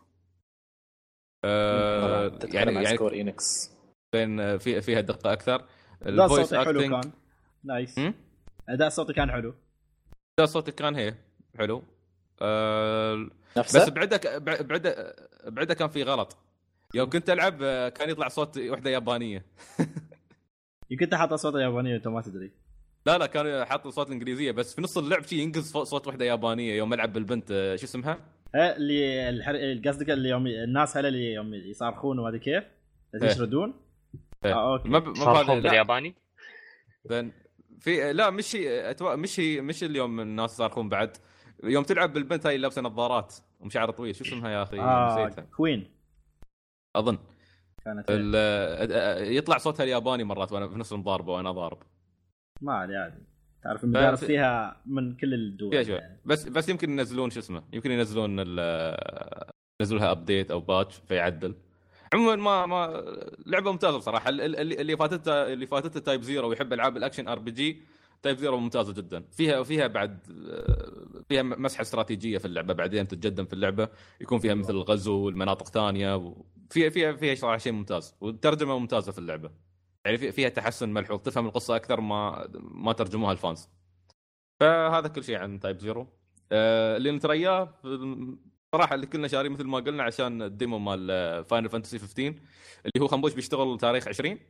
يعني سكوير إينكس فيها دقه اكثر. الفويس اكتنج كان نايس. اداء الصوت كان حلو. اداء الصوت كان هي حلو. نفسه؟ بس بعده كان في غلط. يوم كنت العب كان يطلع صوت وحده يابانيه. يمكن حاط صوت يابانيه انت ما تدري. لا كانوا حاطوا صوت انجليزيه، بس في نص اللعب شيء ينقص صوت وحده يابانيه. يوم العب بالبنت شو اسمها اللي قصدك اللي يوم الناس اللي يوم يصارخون وهذا كيف يشردون. اوكي ما بالياباني. في لا مش اليوم الناس صارخون بعد يوم تلعب بالبنت هاي لابسه نظارات ومشعر طويل، شو اسمها يا اخي؟ نسيتها. كوين اظن كانت يطلع صوتها الياباني مرات وانا في نفس المضاربه وانا ضارب. ما علي عادي، تعرف المدارب فيها من كل الدول يعني. بس يمكن ينزلون شو اسمه، يمكن ينزلون ينزلوها ابديت او باتش فيعدل. عموما ما لعبه ممتازه بصراحه. اللي فاتته تايب زيرو ويحب العاب الاكشن ار بي جي، تايب زيرو ممتازه جدا. فيها بعد فيها مسحه استراتيجيه في اللعبه، بعدين تتقدم في اللعبه يكون فيها مثل الغزو والمناطق ثانيه، فيها صراحه شيء ممتاز، والترجمه ممتازه في اللعبه. يعني فيها تحسن ملحوظ، تفهم القصه اكثر ما ترجموها الفانز. فهذا كل شيء عن تايب زيرو. اللي نترياه صراحه اللي كلنا شارين مثل ما قلنا عشان الديمو مال فاينل فانتسي 15 اللي هو خنبوش بيشتغل تاريخ 20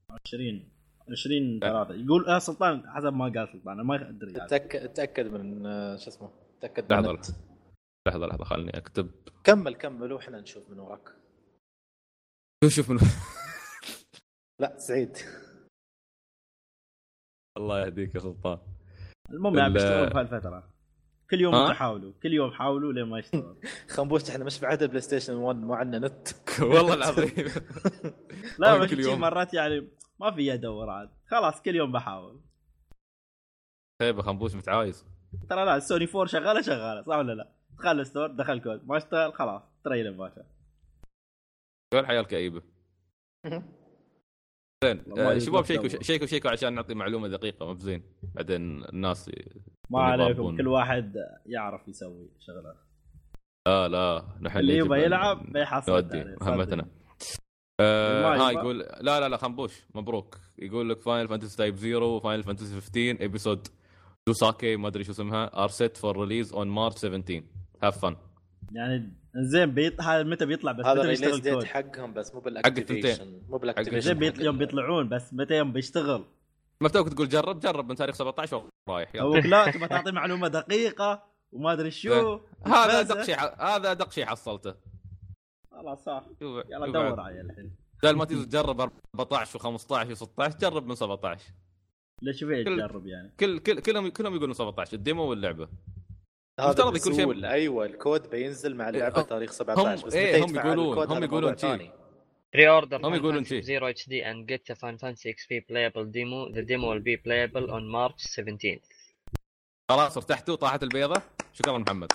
3 يقول سلطان حسب ما قال سلطان. انا ما ادري تاكد من شو اسمه، تاكد من لحظه خليني اكتب. كمل واحنا نشوف من وراك. شوف من لا سعيد الله يهديك يا سلطان. المهم يعني بيشتغلوا في هالفتره كل يوم يحاولوا، كل يوم حاولوا لين ما يشتغل. خنبوش احنا مش بعد البلاي ستيشن 1 ما عندنا نت والله العظيم. لا مش كل مرات يعني ما في ادور عاد، خلاص كل يوم بحاول. طيب خنبوش متعايز ترى. لا السوني 4 شغاله صح ولا لا؟ دخل الستور دخل كود ما اشتغل خلاص تريل باشا. شو الحياه الكئيبه. زين شباب شيكوا عشان نعطي معلومه دقيقه ما بزين بعدين الناس ما عليكم كل واحد يعرف يسوي شغله. لا نحن اللي يبغى يلعب بيحصل مهمتنا. يقول لا خنبوش مبروك. يقول لك فاينل فانتسي تايب 0 وفاينل فانتسي 15 ابيسود دوساكي ما ادري شو اسمها ار سيت فور ريليز اون مارش 17 هاف فن. يعني زين هذا متى بيطلع؟ بس متى بيشتغل كود حقهم بس مو بالاكتيفيشن يوم بيطلعون بس متى يوم بيشتغل. ما بتوك تقول جرب من تاريخ 17 ورايح لا تبغى تعطي معلومه دقيقه وما ادري شو. هذا دق شيء حصلته خلاص صح. يلا دور عليه الحين. بدل ما تجرب 14 و15 و16 جرب من 17. ليش فيه تجرب يعني؟ كلهم يقولون 17 الديمو واللعبه. مفترض يكون شيء. ايوه الكود بينزل مع اللعبه تاريخ 17 بس هم يقولون شيء. Pre-order هم يقولون شيء 0 HD and get the Final Fantasy XP playable demo. The demo will be playable on March 17th. خلاص ارتحتوا طاحت البيضة. شكرا محمد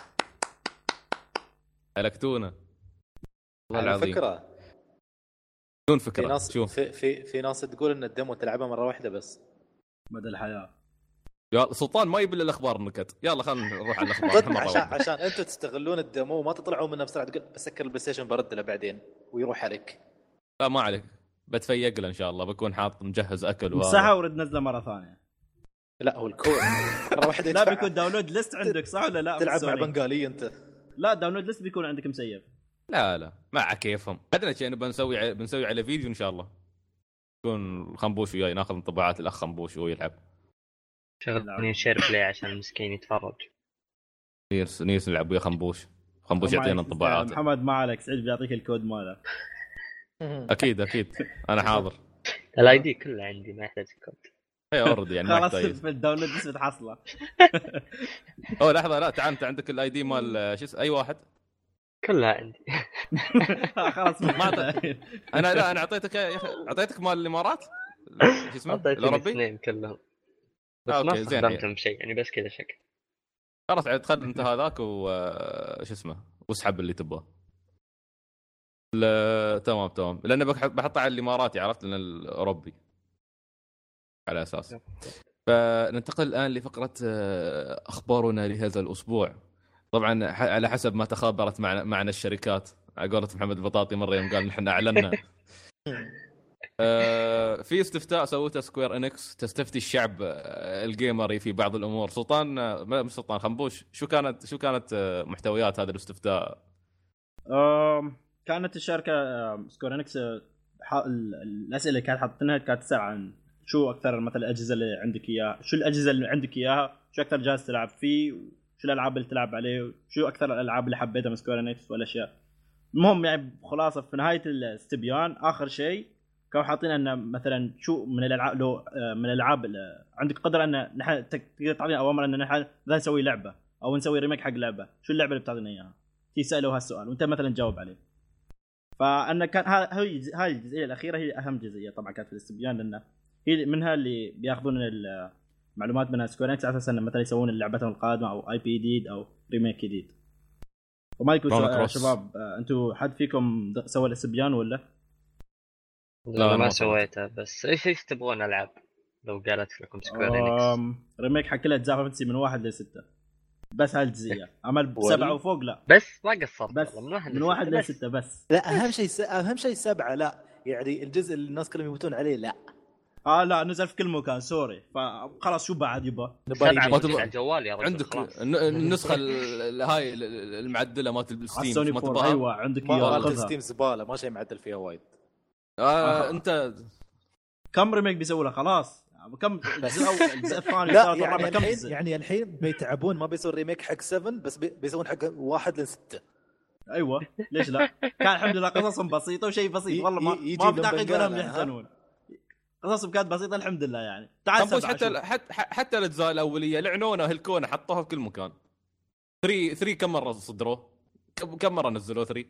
هلكتونا والله العظيم. فكرة بدون فكرة. شوف في ناس تقول ان الديمو تلعبها مرة واحدة بس مدى الحياة. يا سلطان ما يبي الاخبار النكت. يلا خلينا نروح على الاخبار. عشان انتم تستغلون الديمو وما تطلعوا منه بسرعة تقول بسكر البلاي ستيشن برد له بعدين ويروح عليك. لا ما عليك بتفيق له ان شاء الله. بكون حاط مجهز اكل مسحه ورد نزله مرة ثانية. لا هو الكود مرة واحدة لا بيكون داونلود ليست عندك صح ولا لا؟ تلعب مع بنغالي انت. لا داونلود ليست بيكون عندك مسيف. لا مع كيفهم. عندنا شيء بنسوي على فيديو ان شاء الله. يكون خنبوش وياي ناخذ انطباعات الاخ خنبوش وهو يلعب. شغلني شير بلاي عشان المسكين يتفرج. نيرس نلعب ويا خنبوش يعطينا انطباعات. محمد ما عليك سعيد بيعطيك الكود ماله. اكيد انا حاضر. الاي دي كله عندي ما يحتاج كود. اي اورد يعني خلاص في الداونلود بس بتحصله. لحظه لا تعال انت عندك الاي دي مال شو اي واحد كلها عندي. خلاص ما انا اعطيتك مال الامارات شو اسمه الاوروبي الاثنين كلهم بس ما استخدمتهم شيء يعني بس كذا شكل. خلاص ادخل انت هذاك وش اسمه واسحب اللي تبغاه. لا تمام لان بحطه على الاماراتي عرفت لان الاوروبي على اساس. فننتقل الان لفقره اخبارنا لهذا الاسبوع. طبعا على حسب ما تخابرت معنا الشركات على قولة محمد البطاطي مره يوم قال نحن اعلنا في استفتاء سوته سكوير انكس تستفتي الشعب الجيمري في بعض الامور. سلطان خنبوش شو كانت محتويات هذا الاستفتاء؟ كانت الشركه سكوير انكس الاسئله اللي كانت حاطينها كانت تسأل عن شو اكثر مثلا الاجهزه اللي عندك اياها، شو الاجهزه اللي عندك اياها، شو اكثر جهاز تلعب فيه، شو الالعاب اللي تلعب عليه، شو اكثر الالعاب اللي حبيتها من سكوير انكس والاشياء. المهم يعني خلاصه في نهايه الاستبيان اخر شيء كانوا حاطين ان مثلا شو من الالعاب، لو من الالعاب عندك قدره ان نحن تقدر تعطينا اوامر ان نحن نسوي لعبه او نسوي ريميك حق لعبه، شو اللعبه اللي بتعطينا اياها؟ تسالوا هالسؤال وانت مثلا تجاوب عليه. فانا كان هاي الجزئيه الاخيره هي اهم جزئيه طبعا كانت في الاستبيان، لان هي منها اللي بياخذون المعلومات من سكوير انكس على اساس ان مثلا يسوون اللعبه القادمه او اي بي جديد او ريميك جديد. وما يكون شباب انتم حد فيكم سوى الاستبيان ولا؟ لا ما سويته، بس ايش تبغون العاب لو قالت لكم سكوير انكس؟ ريميك حق كل اجزاء فانتسي من 1 ل 6 بس هالجزئيه. عمل 7 وفوق لا بس ما قصرت بس من 1 ل 6 بس. لا اهم شيء 7 لا، يعني الجزء اللي الناس كلهم يموتون عليه لا. لا نزل في كل مكان سوري، فخلاص شو بعد يبا 7 على الجوال يا رجل. عندك النسخه هاي المعدله مالت ستيم ما تبغى. ايوه عندك مالت ستيم زباله ما شيء معدل فيها وايد. انت كم ريميك بيسوي له خلاص؟ كم الجزء الثاني صار يعني كم يعني الحين بيتعبون ما بيسوون ريميك حق 7 بس بيسوون حق 1 ل 6. ايوه ليش لا؟ كان الحمد لله قصصهم بسيطه وشيء بسيط والله ما بتعقد منهم يحزنون. قصصهم كانت بسيطه الحمد لله. يعني تعال حتى الاجزاء الاوليه لعنونا هلكونا حطوها في كل مكان. 3 كم مره صدروه؟ كم مره نزلوه 3؟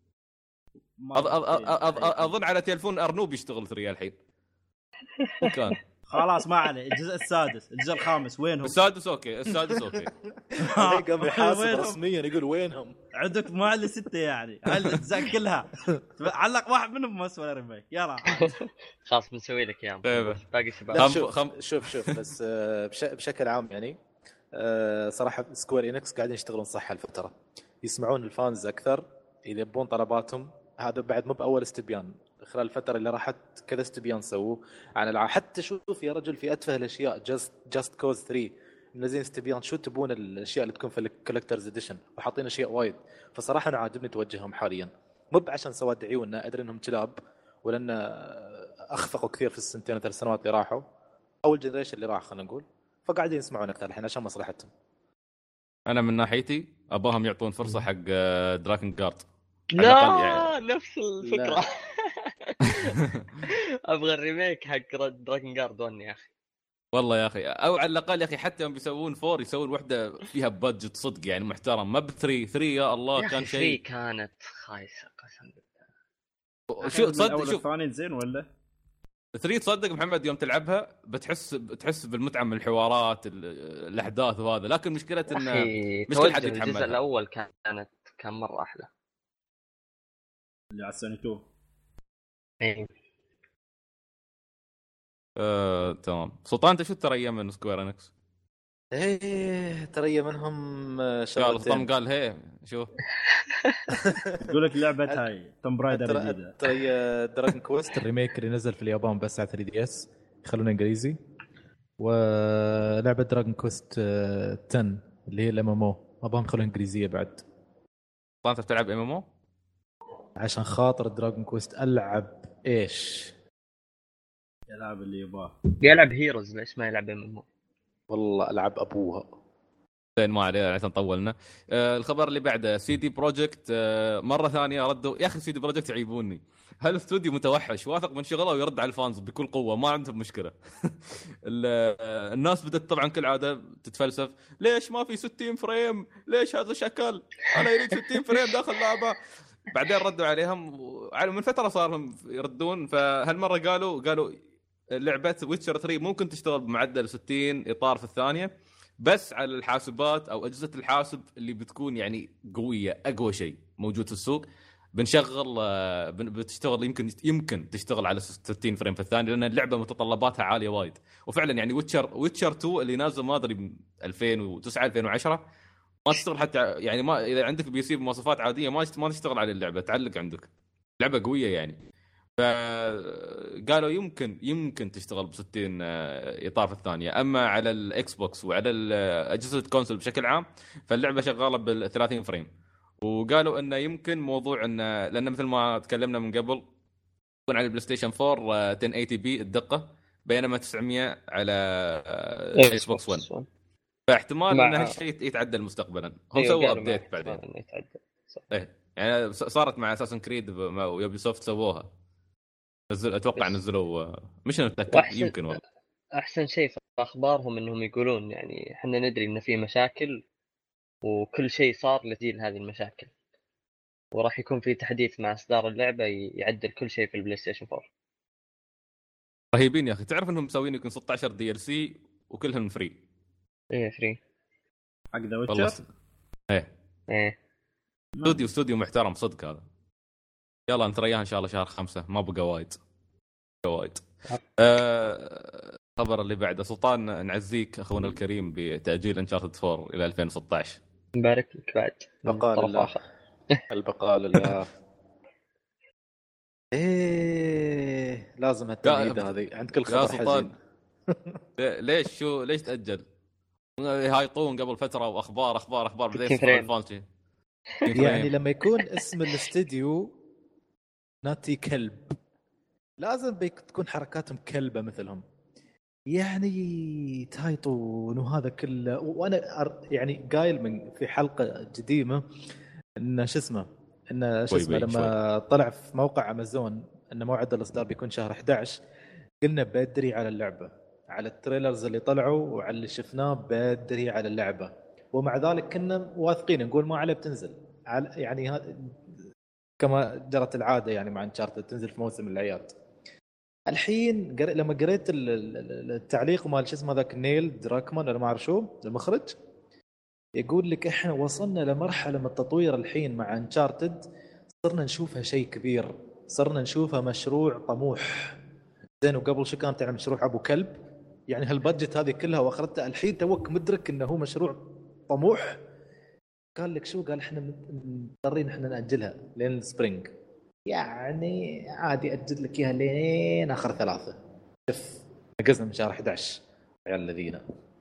اظن على تليفون ارنوب يشتغل 3 الحين. كان خلاص ما عليه. الجزء السادس الجزء الخامس وينهم؟ السادس اوكي قام يحاسب رسميا يقول وينهم. عندك ما اللي 6 يعني الاجزاء كلها علق واحد منهم ما سوى ريميك. يلا خلاص بنسوي لك اياه باقي شباب. شوف بس بشكل عام يعني صراحه سكوير انكس قاعدين يشتغلون صح الفتره، يسمعون الفانز اكثر، اذا يبون طلباتهم. هذا بعد مو باول استبيان، خلال الفتره اللي راحت كذا استبيان سووا عن العاب. حتى شوف يا رجل في اتفه الاشياء جاست كوز 3 منزلين استبيان شو تبون الاشياء اللي تكون في الكولكترز اديشن، وحاطين اشياء وايد. فصراحه انا عاجبني توجههم حاليا، مو عشان سواد دعيونا ادري انهم كلاب ولان اخفقوا كثير في السنتين 3 سنوات اللي راحوا او الجنريشن اللي راح خلينا نقول، فقاعدين يسمعون اكثر الحين عشان مصلحتهم. انا من ناحيتي اباهم يعطون فرصه حق دراكن جارد. لا يعني. نفس الفكره. ابغى الريميك حق دراكن جارد 1 يا اخي. والله يا اخي او على الاقل يا اخي حتى يوم بيسوون 4 يسوون وحده فيها بادجت صدق يعني محترم. ما ب3 يا الله كان شيء. 3 كانت خايسه قسم بالله. شو تصدق شوف الثاني زين ولا 3 تصدق محمد يوم تلعبها بتحس بالمتعه من الحوارات الاحداث وهذا، لكن مشكله ان مش كل حد يتحمل. الجزء الاول كان مره احلى اللي على السوني 2. ايه تمام. سلطان انت شو ترى من سكوير انكس؟ ايه ترى منهم شغلتين. سلطان قال هي شوف يقول لك لعبه هاي توم برايدر الجديده ترى دراجون كويست الريميك اللي نزل في اليابان بس على 3 دي اس يخلونه انجليزي، ولعبه دراجون كويست 10 اللي هي الام ام او ابغاهم يخلونها انجليزيه بعد. انت بتلعب ام ام او عشان خاطر دراجون كويست العب ايش يلعب اللي يبغاه. يلعب هيروز ليش ما يلعب ام ام او؟ والله العب ابوها. زين ما عليه عشان طولنا. الخبر اللي بعده سي دي بروجكت مره ثانيه ردوا. يا اخي سي دي بروجكت يعيبوني. هالاستوديو متوحش واثق من شغله ويرد على الفانز بكل قوه ما عندهم مشكله. الناس بدت طبعا كالعاده تتفلسف ليش ما في 60 فريم، ليش هذا شكل، انا يريد 60 فريم داخل لعبه. بعدين ردوا عليهم من فتره صار لهم يردون. فهالمره قالوا لعبه ويتشر 3 ممكن تشتغل بمعدل 60 اطار في الثانيه بس على الحاسبات او اجهزه الحاسب اللي بتكون يعني قويه اقوى شيء موجود في السوق. بنشغل بتشتغل يمكن تشتغل على 60 فريم في الثانيه لان اللعبه متطلباتها عاليه وايد. وفعلا يعني ويتشر 2 اللي نازل ما ادري 2009 2010 ما تشتغل حتى يعني ما اذا عندك بي سي بمواصفات عاديه ما تشتغل على اللعبه تعلق عندك. لعبه قويه يعني. فقالوا يمكن تشتغل ب 60 اطار في الثانيه. اما على الاكس بوكس وعلى اجهزه الكونسول بشكل عام فاللعبه شغاله بال 30 فريم. وقالوا انه يمكن موضوع انه لان مثل ما تكلمنا من قبل يكون على البلاي ستيشن 4 1080 بي الدقه بينما 900 على اكس بوكس 1. فاحتمال ان هالشيء يتعدل مستقبلا. هم سووا ابديت بعدين ايه يعني صارت مع اساسن كريد ويوبي سوفت سووها. اتوقع نزلوا مش متاكد يمكن والله. احسن شيء في اخبارهم انهم يقولون يعني احنا ندري ان في مشاكل وكل شيء صار لتجيل هذه المشاكل، وراح يكون في تحديث مع اصدار اللعبه يعدل كل شيء في البلاي ستيشن 4. رهيبين يا اخي. تعرف انهم مسوين يمكن 16 DLC وكلهم فري. ايه فري حق ذا ويتشر. ايه استوديو محترم صدق هذا. يلا نترياه ان شاء الله شهر 5 ما بقى وايد. خبر اللي بعده سلطان، نعزيك اخونا الكريم بتاجيل انشارتد 4 الى 2016. مبارك لك بعد. بقاء لله. البقاء لله. ايه لازم التمهيد هذه عند كل خبر حزين. ليش تاجل؟ هايطون قبل فتره واخبار بدايه فانتي. يعني لما يكون اسم الاستديو ناتي كلب لازم تكون حركاتهم كلبه مثلهم. يعني تايطون وهذا كله. وانا يعني قايل من في حلقه قديمه ان شو اسمه لما طلع في موقع امازون ان موعد الاصدار بيكون شهر 11، قلنا بدري على اللعبه، على التريلرز اللي طلعوا وعلى اللي شفناه بدري على اللعبه، ومع ذلك كنا واثقين نقول ما عليه بتنزل يعني كما جرت العاده يعني مع انشارتد تنزل في موسم الاعياد. الحين لما قريت التعليق مال شو اسمه ذاك نيل دراكمان ولا ما اعرف شو المخرج، يقول لك احنا وصلنا لمرحله من التطوير الحين مع انشارتد صرنا نشوفها شيء كبير، صرنا نشوفها مشروع طموح. زين وقبل شو كان تعمل مشروع ابو كلب؟ يعني هالبادجت هذه كلها واخرتها الحين توك مدرك انه هو مشروع طموح. قال لك شو؟ قال احنا مضطرين احنا ناجلها لين السبرينج. يعني عادي اجل لك اياها لين اخر 3. شوف نقزنا من شهر 11 عيال الذين.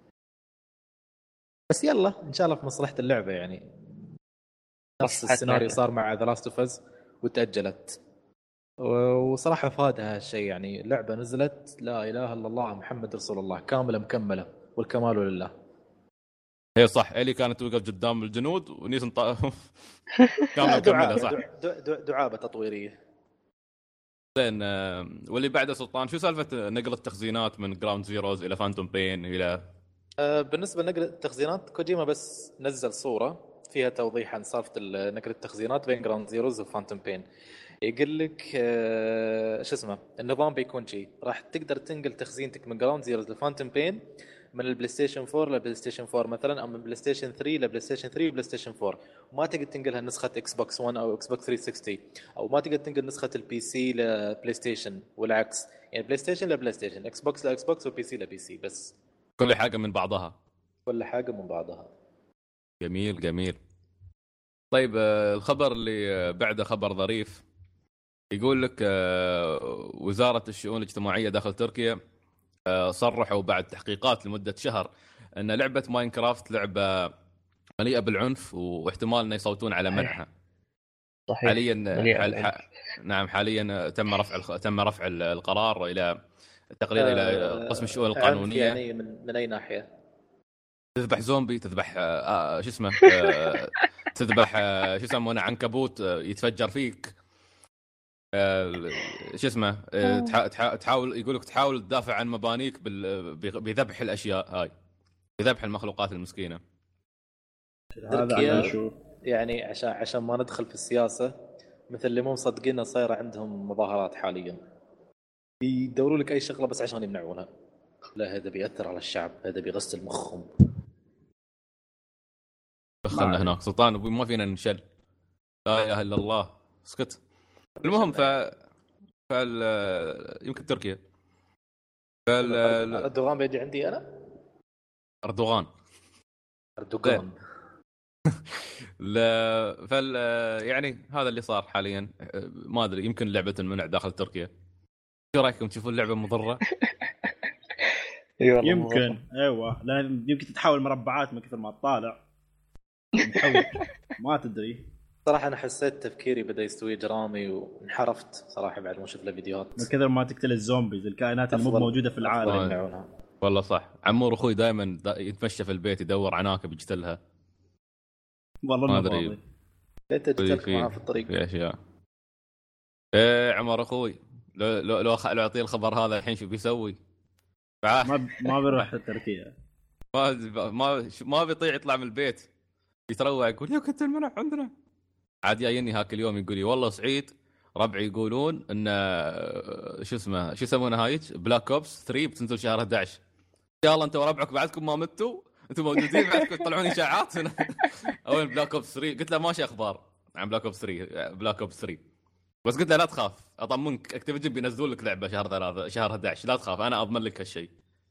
بس يلا ان شاء الله في مصلحه اللعبه. يعني نفس السيناريو صار مع ذا لاست اوف اس وتاجلت، وصراحه فادها هالشيء. يعني اللعبه نزلت لا اله الا الله محمد رسول الله كامله مكمله والكمال لله. هي صح اللي كانت توقف قدام الجنود ونيس كامله مكمله صح. دعابه تطويريه. زين واللي بعده سلطان شو سالفه نقل التخزينات من جراوند زيروز الى فانتوم بين الى بالنسبه لنقل التخزينات كوجيما بس نزل صوره فيها توضيح عن سالفه نقل التخزينات بين جراوند زيروز وفانتوم بين. يقول لك شو اسمه النظام بيكون شيء راح تقدر تنقل تخزينتك من جراوند زيروز لفانتوم بين من البلاي ستيشن 4 لبلاي ستيشن 4 مثلا، او من بلاي ستيشن 3 لبلاي ستيشن 3 وبلاي ستيشن 4، وما تقدر تنقلها نسخه اكس بوكس 1 او اكس بوكس 360، او ما تقدر تنقل نسخه البي سي لبلاي ستيشن والعكس. يعني بلاي ستيشن لبلاي ستيشن، اكس بوكس لاكس بوكس، وبي سي لبي سي. بس كل حاجه من بعضها. جميل. طيب الخبر اللي بعده خبر ظريف. يقول لك وزاره الشؤون الاجتماعيه داخل تركيا صرحوا بعد تحقيقات لمده شهر ان لعبه ماينكرافت لعبه مليئه بالعنف واحتمال ان يصوتون على منعها. صحيح. حاليا نعم حاليا تم رفع القرار الى التقرير الى قسم الشؤون القانونيه. يعني من اي ناحيه؟ تذبح زومبي، تذبح شو اسمه تذبح شو يسمونه عنكبوت يتفجر فيك، شو اسمه تحاول يقول لك تحاول تدافع عن مبانيك بذبح الاشياء هاي، بذبح المخلوقات المسكينه. هذا شو يعني عشان ما ندخل في السياسه، مثل اللي مو مصدقين صايره عندهم مظاهرات حاليا يدوروا لك اي شغله بس عشان يمنعونها. لا هذا بيأثر على الشعب، هذا بيغسل مخهم. دخلنا هناك سلطان ما فينا ننشل. لا اله الا الله اسكت. المهم يمكن تركيا اردوغان بيجي عندي انا. اردوغان لا يعني هذا اللي صار حاليا. ما ادري يمكن لعبه المنع داخل تركيا. شو رايكم تشوفون اللعبه مضره؟ يمكن ايوه، لان يمكن تتحول مربعات من كثر ما تطالع ما تدري صراحه. انا حسيت تفكيري بدا يستوي جرامي وانحرفت صراحه بعد ما شفت له فيديوهات. من كثر ما تقتل الزومبيز الكائنات اللي مو موجوده في العالم. والله صح. عمور اخوي دائما يتمشى في البيت يدور عناكب يقتلها. والله ما ادري انت تقتلك معاه في الطريق في اشياء. عمر اخوي لو اعطيه الخبر هذا الحين شو بيسوي؟ ما بيروح تركيا، ما بيطيع يطلع من البيت يتروع يقول يا كنت المنع عندنا. عاد جايني هاك اليوم يقول لي والله سعيد ربعي يقولون ان شو يسمونها هايج بلاك اوبس 3 بتنزل شهر 11. ان شاء الله انت وربعك بعدكم ما متوا انتم موجودين بعدكم تطلعون اشاعات. اول بلاك اوبس 3 قلت له ماشي اخبار عن بلاك اوبس 3 بس قلت له لا تخاف اطمنك اكتيفيجن بينزلون لك لعبه شهر 11 لا تخاف انا اضمن لك هالشيء.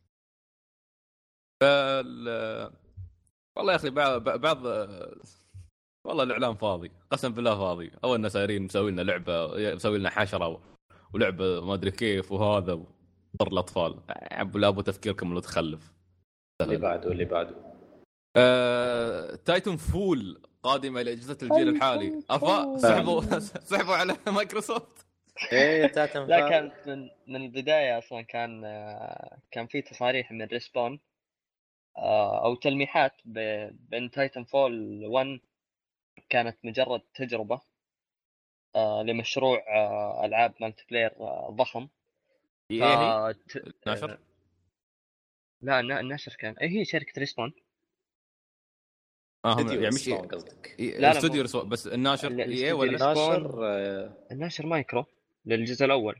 والله يا اخي بعض والله الاعلام فاضي قسم بالله فاضي. اولنا سايرين مسوي لنا لعبه مسوي لنا حشره ولعبه ما ادري كيف وهذا ضر الاطفال. ابو تفكيركم المتخلف. اللي بعده تايتن فول قادمه لاجهزه الجيل الحالي. افا سحبوا على مايكروسوفت. ايه تايتن لا كان من البدايه اصلا كان في تصاريح من ريسبون او تلميحات بان تايتن فول 1 كانت مجرد تجربه لمشروع العاب مالتي بلاير ضخم. ناشر لا الناشر كان هي شركه ريسبون. يعني مش قصدك استوديو بس الناشر ايه ولا الناشر مايكرو للجزء الاول.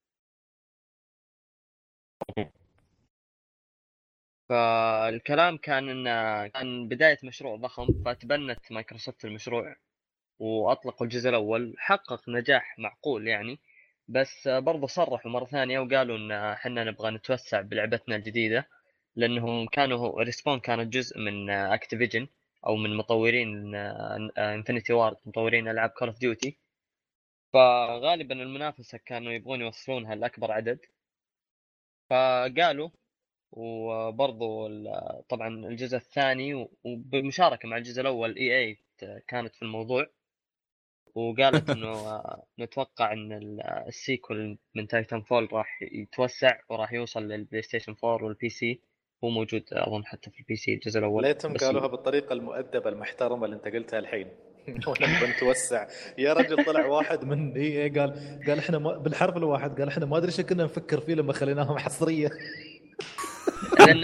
فالكلام كان كان بدايه مشروع ضخم، فتبنت مايكروسوفت المشروع واطلقوا الجزء الاول، حقق نجاح معقول يعني. بس برضو صرحوا مره ثانيه وقالوا ان احنا نبغى نتوسع بلعبتنا الجديده، لانهم كانوا ريسبون كانت جزء من اكتيفيجن او من مطورين انفينيتي وارد، مطورين العاب كول اوف ديوتي. فغالبا المنافسه كانوا يبغون يوصلونها لاكبر عدد، فقالوا. وبرضو طبعا الجزء الثاني وبمشاركه مع الجزء الاول اي كانت في الموضوع، وقالت انه نتوقع ان السيكول من تايتن فول راح يتوسع وراح يوصل للبلاي ستيشن 4 والبي سي. هو موجود اظن حتى في البي سي الجزء الاول. ليتهم قالوها بالطريقه المؤدبه المحترمه اللي انت قلتها الحين. ونبغى نتوسع يا رجل. طلع واحد من قال احنا بالحرف الواحد قال احنا ما ادري ايش كنا نفكر فيه لما خليناهم حصريه. لان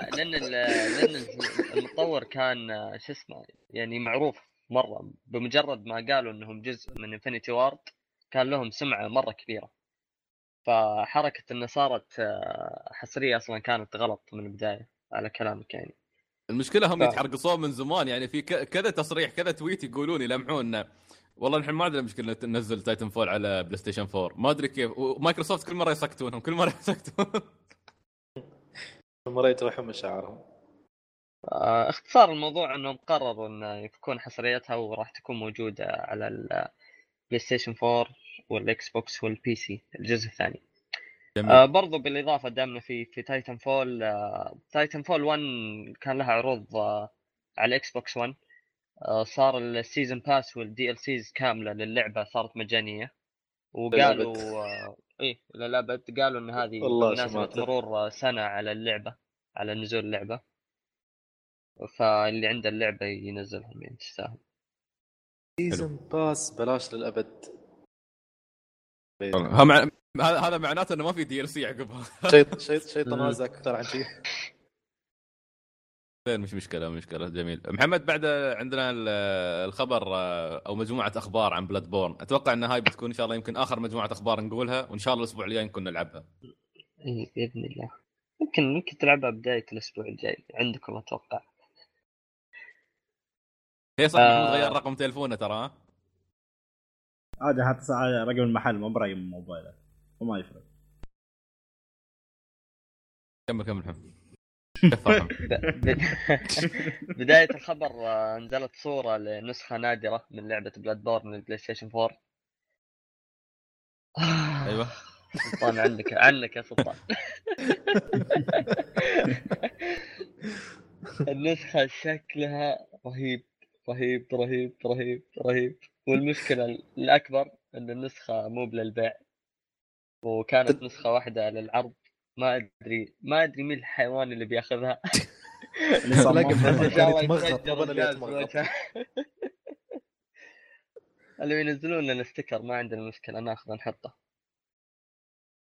المطور كان شو اسمه يعني معروف مره. بمجرد ما قالوا انهم جزء من انفينيتي وارد كان لهم سمعه مره كبيره. فحركه انه صارت حصريه اصلا كانت غلط من البدايه على كلامك يعني. المشكله هم يتحرقصون من زمان يعني. في كذا تصريح كذا تويت يقولون يلمحون والله نحن ما عندنا مشكله ننزل تايتن فول على بلاي ستيشن 4 ما ادري كيف. ومايكروسوفت كل مره يسكتونهم كل مره مرة يروحون مشاعرهم. اختصار الموضوع انهم قرروا ان تكون حصريتها وراح تكون موجوده على البلاي ستيشن 4 والاكس بوكس والبي سي الجزء الثاني. برضو بالاضافه دامنا في تايتن فول 1 كان لها عروض على الاكس بوكس 1. صار السيزن باس والدي ال سيز كامله للعبه صارت مجانيه. وقالوا ايه للابد. قالوا ان هذه بمناسبه مرور سنه على اللعبه، على نزول اللعبه، فاللي عنده اللعبه ينزلهم يعني تستاهل. سيزن باس بلاش للابد. هذا معناته انه ما في دي ال سي عقبها. شيء طناز اكثر عن شيء. مش مشكله جميل. محمد بعد عندنا الخبر او مجموعه اخبار عن بلاد بورن. اتوقع ان هاي بتكون ان شاء الله يمكن اخر مجموعه اخبار نقولها، وان شاء الله الاسبوع الجاي نكون نلعبها. اي باذن الله. ممكن تلعبها بدايه الاسبوع الجاي عندكم اتوقع. هي صح. محمد غير رقم تليفونه ترى. عادي حتى رقم المحل مو برقم الموبايل وما يفرق. كمل محمد. بداية الخبر نزلت صورة لنسخة نادرة من لعبة بلاد بورن للبلاي ستيشن 4. ايوه سلطان عنك يا سلطان. النسخة شكلها رهيب رهيب رهيب رهيب رهيب. والمشكلة الأكبر أن النسخة مو للبيع، وكانت نسخة واحدة للعرض. ما أدري مين الحيوان اللي بياخذها. اللي ينزلون لنا ستيكر ما عندنا مشكلة ناخذه نحطه.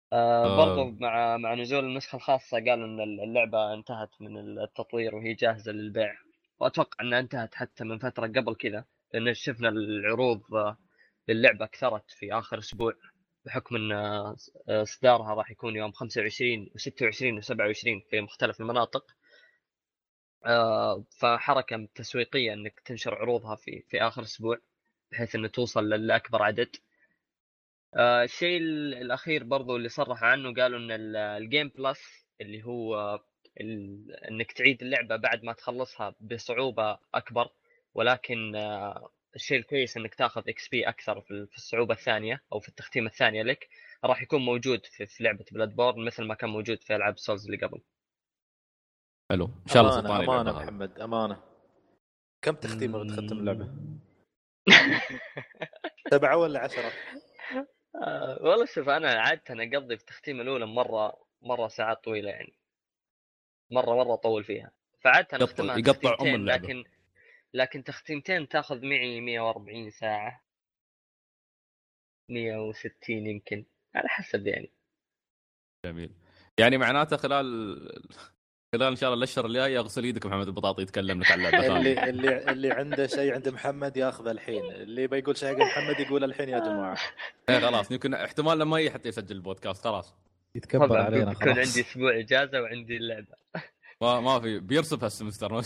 برضو مع نزول النسخة الخاصة قالوا ان اللعبة انتهت من التطوير وهي جاهزة للبيع، واتوقع انها انتهت حتى من فترة قبل كذا، لان شفنا العروض للعبة كثرت في اخر اسبوع، بحكم ان اصدارها راح يكون يوم 25 و26 و27 في مختلف المناطق. فحركة تسويقية انك تنشر عروضها في اخر اسبوع بحيث انه توصل لاكبر عدد. الشيء الأخير برضو اللي صرحوا عنه، قالوا إن الجيم بلس اللي هو إنك تعيد اللعبة بعد ما تخلصها بصعوبة أكبر، ولكن الشيء الكويس إنك تاخذ إكس بي أكثر في الصعوبة الثانية أو في التختيم الثانية لك، راح يكون موجود في لعبة بلاد بورن مثل ما كان موجود في ألعاب سولز اللي قبل. حلو ان شاء الله سلطان أمانة محمد أمانة. كم تختيمة بتختم اللعبة؟ 7 ولا 10؟ والله شوف، أنا عادة أقضي في التختيمة الأولى مرة ساعات طويلة، يعني مرة أطول فيها، فعادة أختمها تختيمتين، لكن تختيمتين تاخذ معي 140 ساعة 160 يمكن على حسب يعني. جميل. يعني معناته خلال ان شاء الله الاشهر الجايه اغسل يدك محمد البطاطي يتكلم لك عن لعبه ثانيه. اللي عنده شيء عند محمد ياخذه الحين، اللي بيقول شيء حق محمد يقول الحين يا جماعه. خلاص يمكن احتمال لما يجي حتى يسجل البودكاست خلاص يتكبر علينا خلاص. يكون عندي اسبوع اجازه وعندي اللعبه. ما في بيرسب هالسمستر.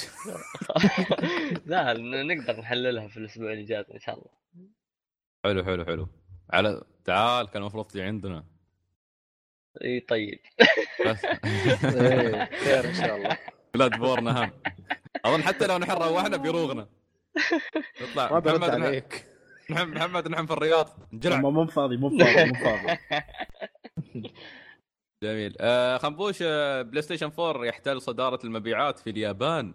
لا نقدر نحللها في الاسبوع الاجازه ان شاء الله. حلو على تعال كان المفروض تجي عندنا. اي طيب. بس خير ان شاء الله. بلاد بورن اهم. اظن حتى لو نحن روحنا بيروغنا نطلع. ما برد عليك محمد نحن في الرياض نجلع. مو فاضي. جميل. خنبوش بلاي ستيشن 4 يحتل صدارة المبيعات في اليابان.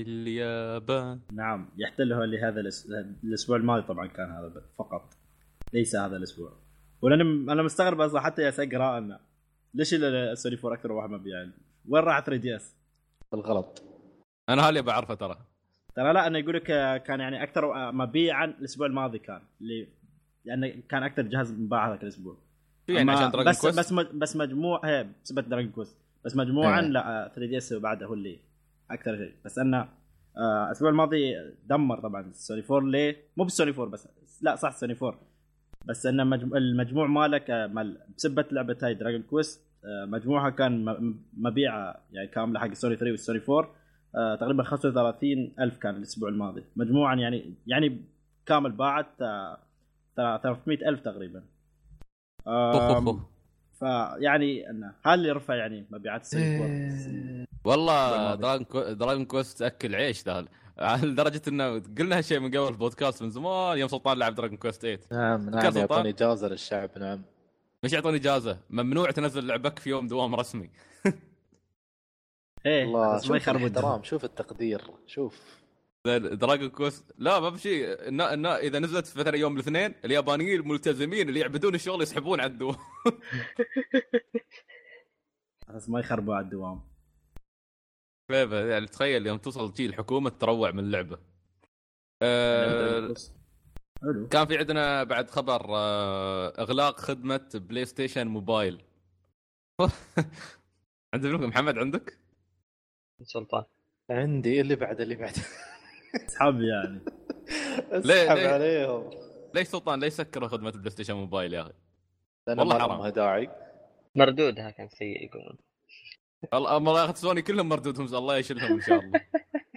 نعم يحتله لهذا الاسبوع الماضي، طبعا كان هذا فقط ليس هذا الاسبوع. انا مستغرب اصلا حتى يا اقرا ان ليش السوني 4 اكثر واحد مبيعا، وين راح 3 دي اس بالغلط. انا هالي بعرفه ترى لا انا يقول لك كان يعني اكثر مبيعا الاسبوع الماضي، كان لان كان اكثر جهاز مباع هذاك الاسبوع يعني عشان دراجون كويست. بس مجموع هي بسبب دراجون كويست، بس مجموعا لا 3 دي اس بعده هو اللي اكثر شيء. بس انه الاسبوع الماضي دمر طبعا السوني 4. ليه؟ مو بالسوني 4 بس، لا صح السوني 4، بس ان المجموع مالك بسبه لعبه هاي دراجون كويست مجموعها كان مبيع يعني كامله حق السوني 3 والسوني 4 تقريبا 35,000 كان الاسبوع الماضي مجموعا، يعني كامل باعت 300,000 تقريبا. فيعني انه هل اللي رفع يعني مبيعات السوني 4 والله دراجون كويست تاكل عيش ذا، لدرجه انه قلنا هالشيء من قبل البودكاست من زمان يوم سلطان لعب دراجون كويست 8. نعم يعطوني اجازه للشعب. نعم مش يعطوني اجازه، ممنوع تنزل لعبك في يوم دوام رسمي. الله ما يخرب الدرام. شوف التقدير، شوف دراجون كويست لا ما بشيء اذا نزلت في مثلا يوم الاثنين اليابانيين الملتزمين اللي يعبدون الشغل يسحبون على الدوام. بس ما يخربوا على الدوام. يعني تخيل يوم توصل شيء الحكومه تروع من اللعبه. كان في عندنا بعد خبر اغلاق خدمه بلاي ستيشن موبايل. عندك محمد؟ عندك سلطان؟ عندي اللي بعد اسحب يعني اسحب عليهم. ليش سلطان ليش سكروا خدمه البلاي ستيشن موبايل يا اخي؟ والله حرام، ما داعي. مردودها كان سيء يقولون. الله ياخذ سوني كلهم مردودهم، الله يشيلهم ان شاء الله.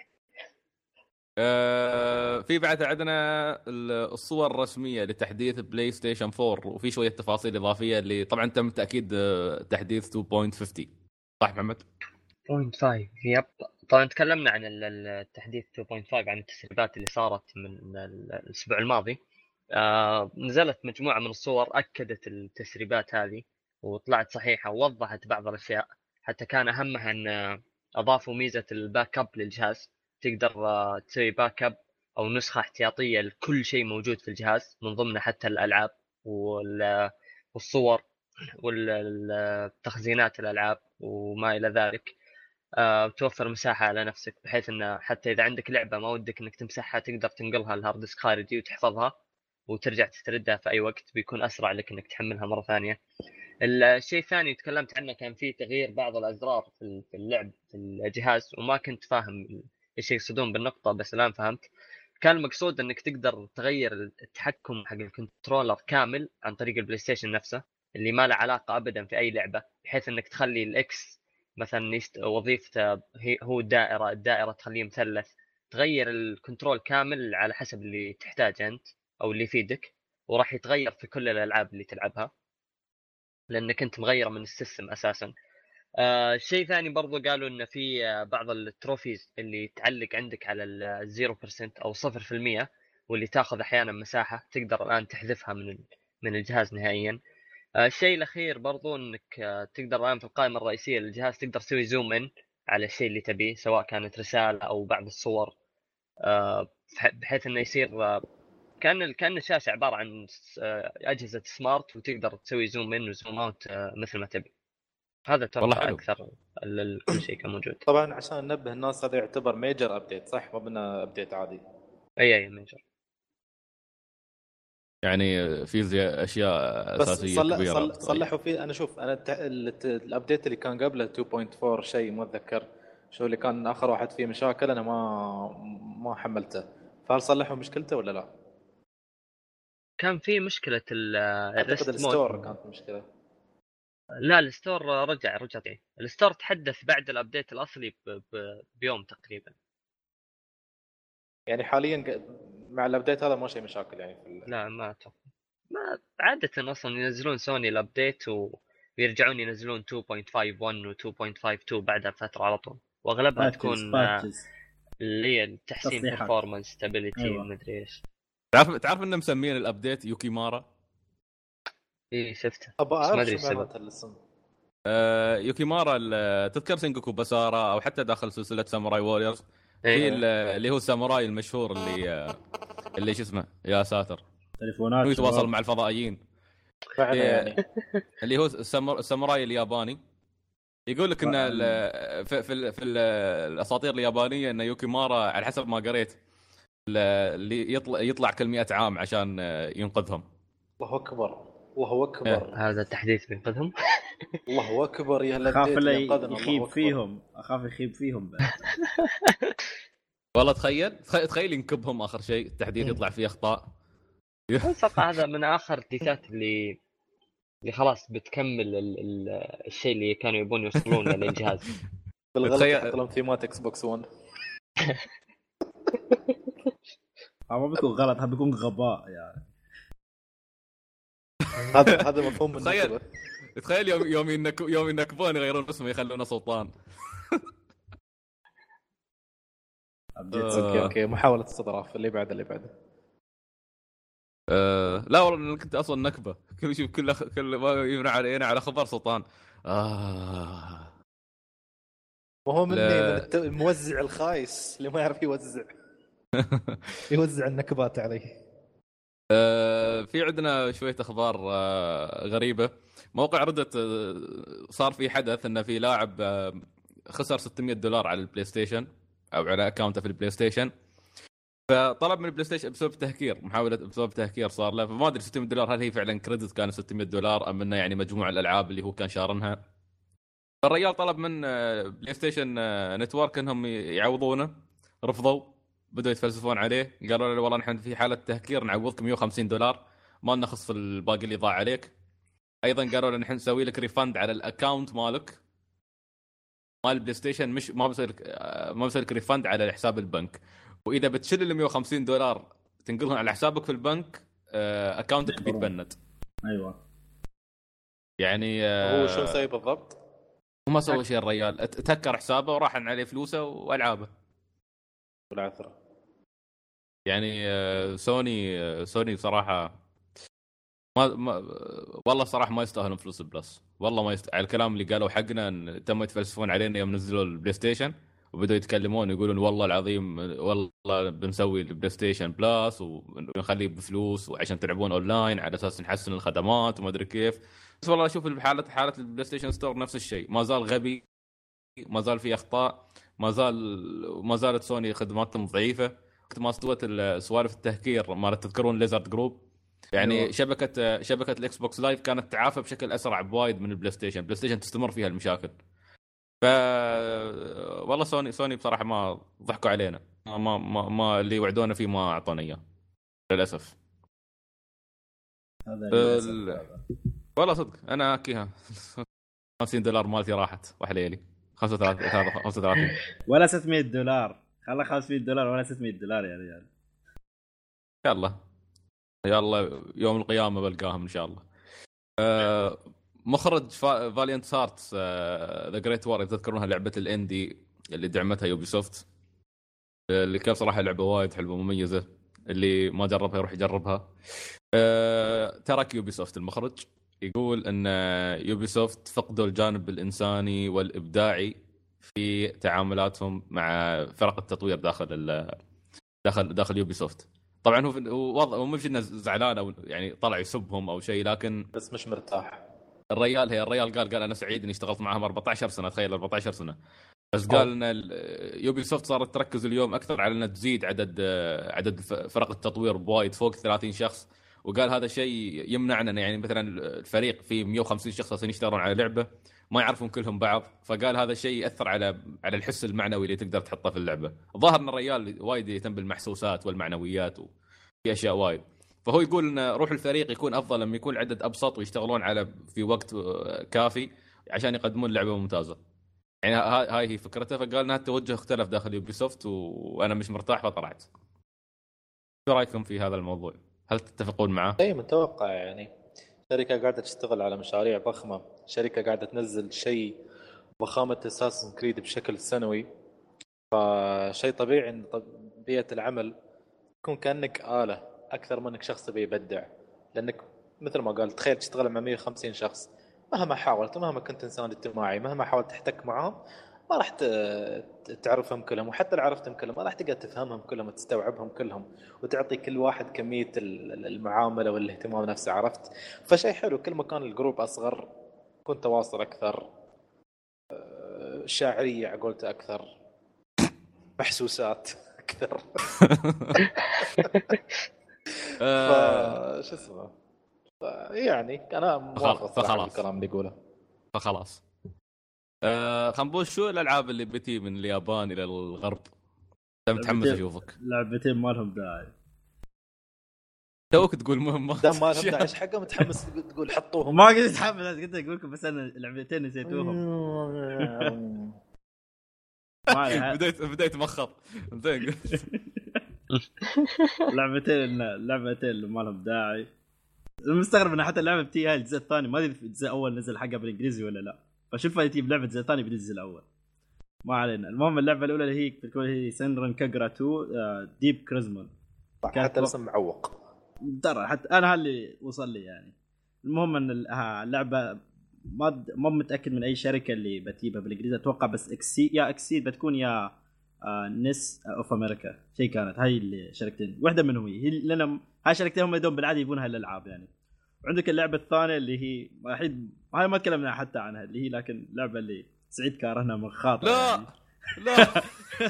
في بعد عندنا الصور الرسميه لتحديث بلاي ستيشن 4، وفي شويه تفاصيل اضافيه اللي طبعا تم تاكيد تحديث 2.50. صح محمد؟ 2.5 يب. طبعا تكلمنا عن التحديث 2.5 عن التسريبات اللي صارت من الاسبوع الماضي. نزلت مجموعه من الصور اكدت التسريبات هذه وطلعت صحيحه ووضحت بعض الاشياء، حتى كان اهمها ان اضافوا ميزه الباك اب للجهاز، تقدر تسوي باك اب او نسخه احتياطيه لكل شيء موجود في الجهاز، من ضمنها حتى الالعاب والصور والتخزينات الالعاب وما الى ذلك. توفر مساحه على نفسك، بحيث ان حتى اذا عندك لعبه ما ودك انك تمسحها تقدر تنقلها لهارد ديسك خارجي وتحفظها وترجع تستردها في اي وقت، بيكون اسرع لك انك تحملها مره ثانيه. الشيء الثاني تكلمت عنه كان في تغيير بعض الازرار في اللعب في الجهاز، وما كنت فاهم ايش يقصدون بالنقطه، بس الان فهمت. كان المقصود انك تقدر تغير التحكم حق الكنترولر كامل عن طريق البلاي ستيشن نفسه، اللي ما له علاقه ابدا في اي لعبه، بحيث انك تخلي الاكس مثلا وظيفته هو الدائره تخليه مثلث، تغير الكنترول كامل على حسب اللي تحتاجه انت او اللي يفيدك، وراح يتغير في كل الالعاب اللي تلعبها لانك انت مغيره من السيستم اساسا. شيء ثاني برضو قالوا ان في بعض التروفيز اللي تعلق عندك على الزيرو برسنت او 0%، واللي تاخذ احيانا مساحه تقدر الان تحذفها من الجهاز نهائيا. الشيء الاخير برضو انك تقدر الان في القائمه الرئيسيه للجهاز تقدر تسوي زوم ان على الشيء اللي تبيه، سواء كانت رساله او بعض الصور، بحيث انه يصير كان الشاشه عباره عن اجهزه سمارت، وتقدر تسوي زوم ان وزوم اوت مثل ما تبي. هذا اتوقع اكثر كل شيء كان موجود. طبعا عشان ننبه الناس هذا يعتبر ميجر ابديت صح، ما بنا ابديت عادي. اي ميجر يعني في اشياء اساسيه كبيره صلحوا فيه. انا شوف انا الابديت اللي كان قبله 2.4 شيء ما اتذكر شو اللي كان اخر واحد فيه مشاكل، انا ما حملته. فهل صلحوا مشكلته ولا لا؟ كان في مشكله اعتقد الستور كانت مشكله. لا الستور رجع الستور تحدث بعد الابديت الاصلي بيوم تقريبا. يعني حاليا مع الابديت هذا ما شيء مشاكل يعني لا ما اتوقع. ما عاده اصلا ينزلون سوني الابديت ويرجعون ينزلون 2.51 و 2.52 بعدها بفتره على طول، واغلبها تكون اللي هي التحسين performance stability مدري ايش. تعرف انه مسمين الابديت يوكيمارا؟ ايه شفته ما ادري معناته الاسم. يوكيمارا تذكر سينجوكو باسارا او حتى داخل سلسله ساموراي ووريرز في اللي هو الساموراي المشهور اللي شو اسمه يا ساتر تليفونات يتواصل مع الفضائيين يعني. اللي هو الساموراي الياباني. يقول لك ان في الاساطير اليابانيه ان يوكيمارا على حسب ما قريت اللي يطلع كل 100 عام عشان ينقذهم. الله اكبر وهو اكبر. هذا التحديث بينقذهم. الله اكبر يا اخاف يخيب فيهم، اخاف يخيب فيهم والله تخيل ينكبهم اخر شيء التحديث يطلع فيه اخطاء. اتوقع هذا من اخر التيتات اللي خلاص بتكمل الشيء اللي كانوا يبون يوصلونه للجهاز. بالغلط يحط لهم ثيمات اكس بوكس 1. ما بيكون غلط، هذا بيكون غباء يعني. هذا مفهوم من تخيل يوم ينكبون يغيرون اسمه يخلونه سلطان. اوكي محاولة استظراف. اللي بعده لا والله كنت اصلا نكبه كل ما ينعى على خبر سلطان. وهو مني من الموزع الخايس اللي ما يعرف يوزع النكبات عليه. في عندنا شويه اخبار غريبه. موقع ردت صار في حدث ان في لاعب خسر $600 على البلاي ستيشن او على اكاونته في البلاي ستيشن، فطلب من البلاي ستيشن بسبب تهكير صار له. فما ادري $600 هل هي فعلا كريدت كان $600 ام انه يعني مجموع الالعاب اللي هو كان شارنها. فالرجال طلب من بلاي ستيشن نتورك انهم يعوضونه، رفضوا، بدوا يتفلسفون عليه. قالوا له والله نحن في حاله تهكير نعوضك $150 ما نخص الباقي اللي ضاع عليك. ايضا قالوا له نحن نسوي لك ريفند على الاكاونت مالك مال البلاي ستيشن، مش ما بسوي لك ريفند على حساب البنك، واذا بتشيل $150 تنقلهم على حسابك في البنك اكاونتك بيتبند. ايوه يعني هو شو مسوي بالضبط؟ وما سوى شيء الرجال، تهكر حسابه وراح عليه فلوسه والعابه والعثره. يعني سوني صراحه ما والله صراحه ما يستاهلون فلوس البلس. والله ما على الكلام اللي قالوا حقنا ان تم يتفلسفون علينا يوم نزلوا البلاي ستيشن، وبدأوا يتكلمون يقولون والله العظيم والله بنسوي البلاي ستيشن بلس ونخليه بفلوس وعشان تلعبون اونلاين على اساس نحسن الخدمات وما ادري كيف. بس والله اشوف حاله البلاي ستيشن ستور نفس الشيء، ما زال غبي، ما زال في اخطاء، ما زالت سوني خدماتهم ضعيفه. وقت ما استوت سوالف التهكير ما تذكرون ليزرد جروب يعني شبكه الاكس بوكس لايف كانت تعافى بشكل اسرع بوايد من البلاي ستيشن. بلاي ستيشن تستمر فيها المشاكل. ف والله سوني بصراحه ما ضحكوا علينا. ما اللي وعدونا فيه ما اعطونا اياه للاسف. والله صدق انا اكيها $50 مالتي راحت وحليلي 35 ولا $600 خلى $500 ولا $600 يا رجال. يلا يوم القيامه بلقاهم ان شاء الله. مخرج فاليانت هارتس ذا جريت وار، تذكرونها لعبه الاندي اللي دعمتها يوبي سوفت، اللي كان صراحه لعبه وايد حلوه مميزه. اللي ما جربها يروح يجربها. ترك يوبي سوفت المخرج، يقول ان يوبي سوفت فقدوا الجانب الانساني والابداعي في تعاملاتهم مع فرق التطوير داخل يوبي سوفت. طبعا هو مش انه زعلان او يعني طلع يسبهم او شيء، لكن بس مش مرتاح. الريال قال انا سعيد اني اشتغلت معهم 14 سنه. تخيل 14 سنه. بس قال ان يوبي سوفت صارت تركز اليوم اكثر على ان تزيد عدد فرق التطوير بوايد فوق 30 شخص. وقال هذا شيء يمنعنا، يعني مثلا الفريق فيه 150 شخص عشان يشتغلون على لعبه ما يعرفون كلهم بعض. فقال هذا الشيء ياثر على الحس المعنوي اللي تقدر تحطه في اللعبه. ظاهر ان الريال وايد يهتم بالمحسوسات والمعنويات وفي اشياء وايد. فهو يقول ان روح الفريق يكون افضل لما يكون العدد ابسط ويشتغلون في وقت كافي عشان يقدمون لعبه ممتازه. يعني هاي هي فكرته. فقال انها التوجه اختلف داخل يوبي سوفت وانا مش مرتاح فطلعت. شو رايكم في هذا الموضوع؟ هل تتفقون معه؟ اي متوقع. يعني شركه قاعده تشتغل على مشاريع ضخمه، شركه قاعده تنزل شيء ضخامه اساسن كريد بشكل سنوي، فشيء طبيعي ان بيئه العمل تكون كانك آلة اكثر منك شخص بيبدع. لانك مثل ما قلت تخيل تشتغل مع 150 شخص، مهما حاولت ومهما كنت انسان اجتماعي، مهما حاولت تحتك معهم ما راح تعرفهم كلهم، وحتى لو عرفتهم كلهم ما راح تقدر تفهمهم كلهم وتستوعبهم كلهم وتعطي كل واحد كمية المعاملة والاهتمام نفسه. عرفت؟ فشيء حلو. كل ما كان الجروب أصغر كنت تواصل أكثر، شاعرية عقولته أكثر، محسوسات أكثر. شو اسمه؟ يعني أنا موافق على الكلام اللي يقوله. فخلاص. خنبوش شو الالعاب اللي بتي من اليابان الى الغرب؟ انت متحمس اشوفك. لعبتين ما لهم داعي. توك تقول مهمات ما لهم داعي. ايش حقه متحمس تقول حطوهم؟ ما قلت اتحمس، قلت اقول لكم بس انا لعبتين نسيتوهم. بديت مخط زين. لعبتين ما لهم داعي. المستغرب ان حتى اللعبه بتي هاي الجزء الثاني ما ادري الجزء الاول نزل حقها بالانجليزي ولا لا، فشوف يجيب لعبه الجزء الثاني بالجزء الاول. ما علينا. المهم اللعبه الاولى اللي هي سينرن كاغرا 2 ديب كريزمون. حتى الاسم معوق ترى، حتى انا اللي وصل لي يعني. المهم ان اللعبه ما متاكد من اي شركه اللي بتجيبها بالانجليزي، اتوقع بس اكسيد بتكون يا نس اوف امريكا شيء كانت. هاي اللي شركتين، واحده منهم هي لان هاي شركتين هم يدون بالعاده يبونها الالعاب يعني. وعندك اللعبه الثانيه اللي هي هاي ما تكلمنا حتى عنها، اللي هي لكن اللعبه اللي سعيد كارهنا من خاطر. لا يعني. لا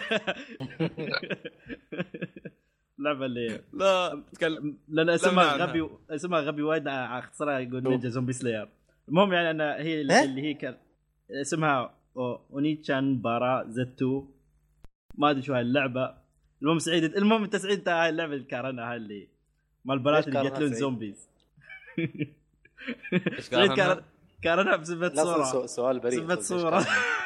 اللعبه اللي لا تكلم لان اسمها غبي وايد، اختصرها يقول نينجا زومبي سلاير. المهم يعني انا هي اللي هي كان اسمها اونيتشان بارا زتو، ما ادري شو هاي اللعبه. المهم سعيد، انت سعيد هاي اللعبه اللي كارهنا، هاي اللي مال البنات اللي يقتلون زومبيز. سعيد كارهنا بسبب صوره. سؤال بريء بسبب صوره.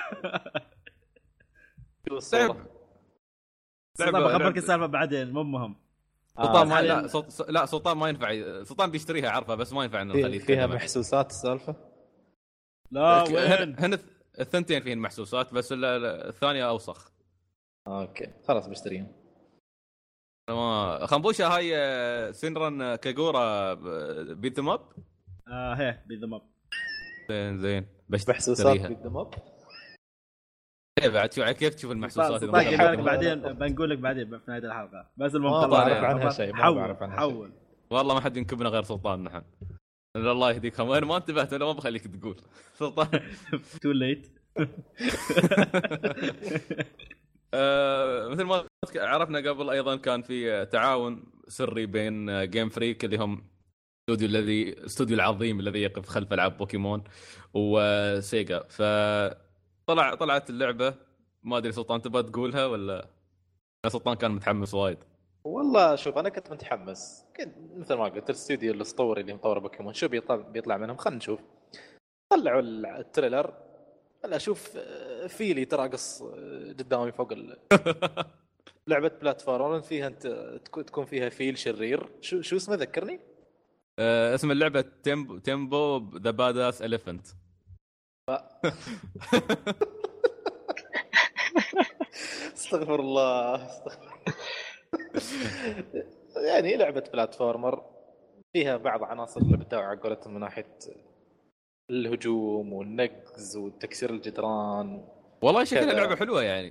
شو الصوره؟ بخبرك السالفه بعدين، مو مهم. سلطان ما لا سلطان ما ينفع. سلطان بيشتريها عارفه، بس ما ينفع انه نخليه فيها محسوسات السالفه. لا وين هنا الثنتين فيهن محسوسات، بس الثانيه اوسخ. اوكي خلاص بشتريهم. خنبوشه هاي سينرن كاغورا بيت ماب. هي بيت ماب. زين بس محسوسات بيت ماب. ايه بعد شو كيف تشوف المحسوسات؟ بعدين بنقول لك بعدين في نهايه الحلقه. بس المهم ما اعرف عنها شيء. حول والله ما حد ينكبنا غير سلطان نحن. الله يهديك، انا ما انتبهت ولا ما بخليك تقول سلطان. تو ليت. مثل ما عرفنا قبل، ايضا كان في تعاون سري بين جيم فريك اللي هم الاستوديو العظيم الذي يقف خلف العاب بوكيمون وسيجا. طلعت اللعبه، ما ادري سلطان تبغى تقولها ولا؟ سلطان كان متحمس وايد. والله شوف انا كنت متحمس، كنت مثل ما قلت الاستوديو الاسطوري اللي مطور بوكيمون شو بيطلع منهم، خلينا نشوف. طلعوا التريلر، هلا اشوف فيلي تراقص قدامي فوق لعبه بلاتفورم فيها انت تكون فيها فيل شرير. شو اسمه ذكرني؟ اسم اللعبه تيمبو ذا باداس اليفنت. استغفر الله يعني لعبه بلاتفورمر فيها بعض عناصر اللي بتاع قولتهم من ناحيه الهجوم والنقز وتكسير الجدران. والله شكلها لعبه حلوه يعني.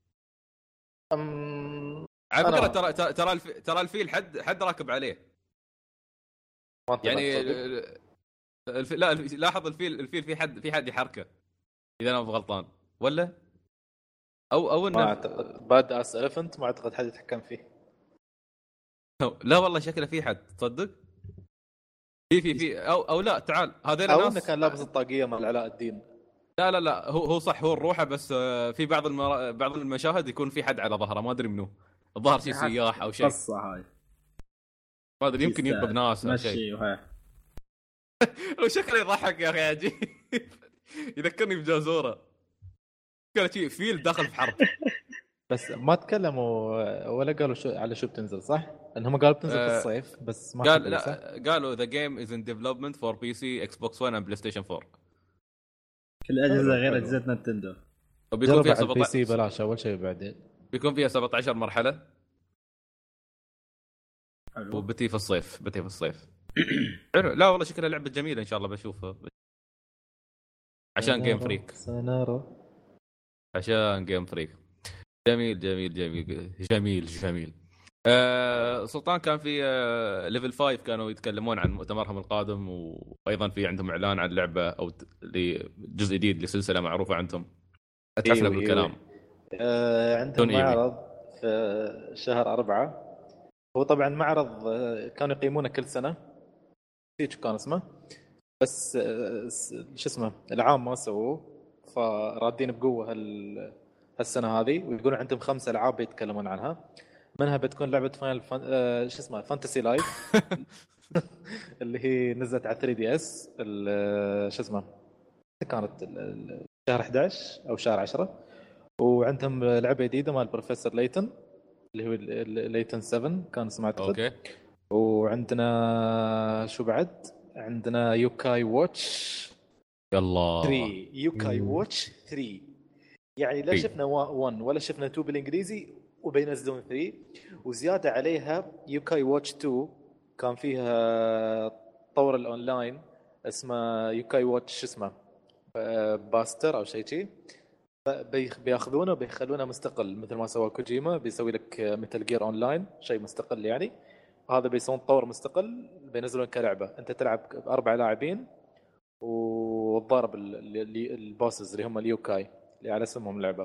على فكره ترى الفيل حد راكب عليه يعني. لا لاحظ الفيل في حد يحركه اذا انا مو غلطان ولا او انه ما اعتقد باد اس اليفنت، ما اعتقد حد يتحكم فيه. لا والله شكله في حد تصدق. في او لا تعال هذول الناس. او انه كان لابس الطاقيه مال علاء الدين. لا هو صح، هو الروحه، بس في بعض المشاهد يكون في حد على ظهره، ما ادري منو الظهر، شيء سياح او شيء قصه هاي ما ادري، يمكن ينقذ ناس او شيء. وشكله يضحك يا اخي عجيب. يذكرني بجازوره، كان شيء فيل داخل في حرب. بس ما تكلموا ولا قالوا على شو بتنزل صح؟ انهم قالوا بتنزل في الصيف بس ما قالوا the game is in development for PC, Xbox One and PlayStation 4. كل اجهزه غير اجهزه نينتندو. وبيكون فيها 17 بي سي بلاش اول شيء، بعدين بيكون فيها 17 مرحله. حلو. وبتي في الصيف. حلو. لا والله شكلها لعبه جميله، ان شاء الله بشوفها عشان جيم فريك. سنرى عشان جيم فريك. جميل. سلطان كان في ليفل 5 كانوا يتكلمون عن مؤتمرهم القادم، وايضا في عندهم اعلان عن لعبه او جزء جديد لسلسله معروفه عندهم. اتحسنا بالكلام. عندهم معرض في شهر 4. هو طبعا معرض كانوا يقيمونه كل سنه، فيتش كان اسمه، بس شو اسمه العام ما سووه، فرادين بقوه هالسنه هذه، ويقولون عندهم 5 ألعاب بيتكلمون عنها. منها بتكون لعبه شو اسمه فانتسي لايف اللي هي نزلت على 3 دي اس شو اسمه كانت شهر 11 او شهر 10. وعندهم لعبه جديده مال بروفيسور ليتن اللي هو ليتن 7 كان اسمه اعتقد. اوكي. وعندنا شو بعد؟ عندنا يوكاي واتش. يلا 3 يوكاي واتش 3. يعني لا شفنا 1 ولا شفنا 2 بالانجليزي، وبينزلون 3. وزياده عليها يوكاي واتش 2 كان فيها طور الاونلاين اسمه يوكاي واتش اسمه باستر او شيء بياخذونه وبيخلونه مستقل مثل ما سوى كوجيما، بيسوي لك مثل جير اونلاين شيء مستقل يعني. هذا بيسوون طور مستقل بينزلون كلعبه، انت تلعب ب4 لاعبين وتضارب البوسز اللي هم اليوكاي اللي على اسمهم لعبه.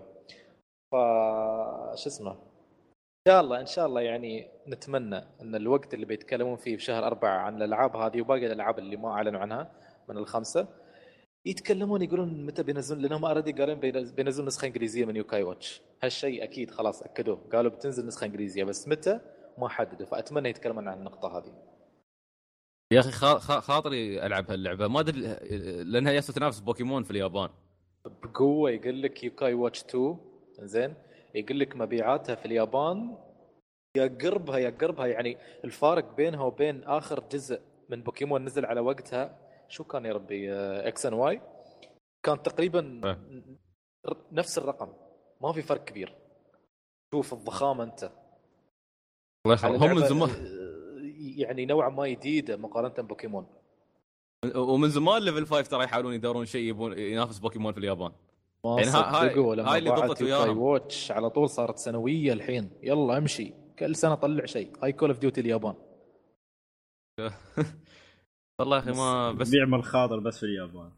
شو اسمه ان شاء الله يعني نتمنى ان الوقت اللي بيتكلمون فيه في شهر 4 عن الالعاب هذه وباقي الالعاب اللي ما اعلنوا عنها من ال5 يتكلمون يقولون متى بينزلون، لانهم اوريدي قالين بينزلون نسخه انجليزيه من يوكاي واتش. هالشيء اكيد خلاص اكدوه، قالوا بتنزل نسخه انجليزيه بس متى ما حددوا. فاتمنى يتكلمون عن النقطه هذه. يا اخي خاطري العب هاللعبه، ما ادري لانها ياسه تنافس بوكيمون في اليابان بقوه. يقول لك يوكاي واتش 2 زين، يقول لك مبيعاتها في اليابان يا قربها يعني الفارق بينها وبين اخر جزء من بوكيمون نزل على وقتها شو كان يا ربي اكس ان واي، كان تقريبا نفس الرقم، ما في فرق كبير. شوف الضخامه انت. هم من زمان يعني نوعا ما جديده مقارنه ببوكيمون. ومن زمان ليفل 5 ترى يحاولون يدورون شيء يبون ينافس بوكيمون في اليابان. يعني هاي اللي ضبطت وياها واتش على طول صارت سنويه الحين. يلا امشي كل سنه طلع شيء. هاي كول اوف ديوتي اليابان. والله يا اخي ما بس بيعمل خاطر بس في اليابان.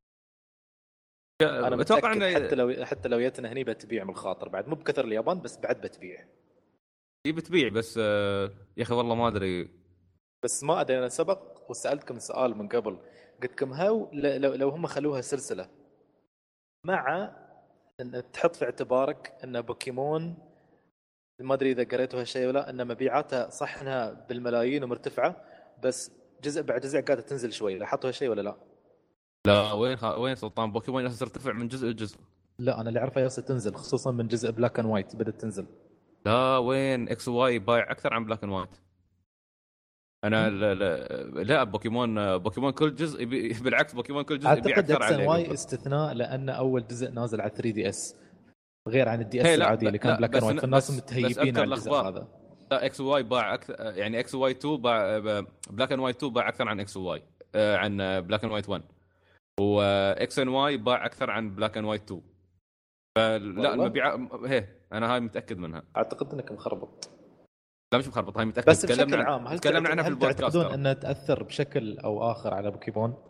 انا اتوقع انه حتى لو جتنا هني بتبيع من الخاطر بعد، مو بكثر اليابان بس بعد بتبيع. هي بتبيع بس يا اخي والله ما ادري. بس ما ادري انا سبق وسالتكم سؤال من قبل، قلت لكم هاو لو هم خلوها سلسله، مع ان تحط في اعتبارك ان بوكيمون ما ادري اذا قريتوا هالشيء ولا، ان مبيعاتها صح انها بالملايين ومرتفعه، بس جزء بعد جزء قاعده تنزل شوي. لاحظتوا هالشيء ولا لا؟ لا وين سلطان بوكيمون ياسر ترتفع من جزء لجزء. لا انا اللي اعرفه ياسر تنزل، خصوصا من جزء بلاك اند وايت بدات تنزل. لا وين اكس واي بايع اكثر عن بلاك اند وايت. انا لا بوكيمون كل جزء بالعكس بوكيمون كل جزء يبيع اكثر على واي استثناء، لان اول جزء نازل على 3 دي اس غير عن الدي اس العادي اللي كان بلاك اند وايت، فالناس متهيبين على الجزء هذا. لا اكس واي باع اكثر، يعني اكس واي 2 باع، بلاك اند وايت 2 باع اكثر عن اكس واي، عن بلاك اند وايت 1، واكس ان واي باع اكثر عن بلاك اند وايت 2. فلا المبيعات انا هاي متاكد منها. اعتقد انك مخربط. لا مش مخربط، هاي متاكد. بس بشكل عام هل تكلمنا عنها في البودكاست. تعتقدون انها تاثر بشكل او اخر على بوكيمون؟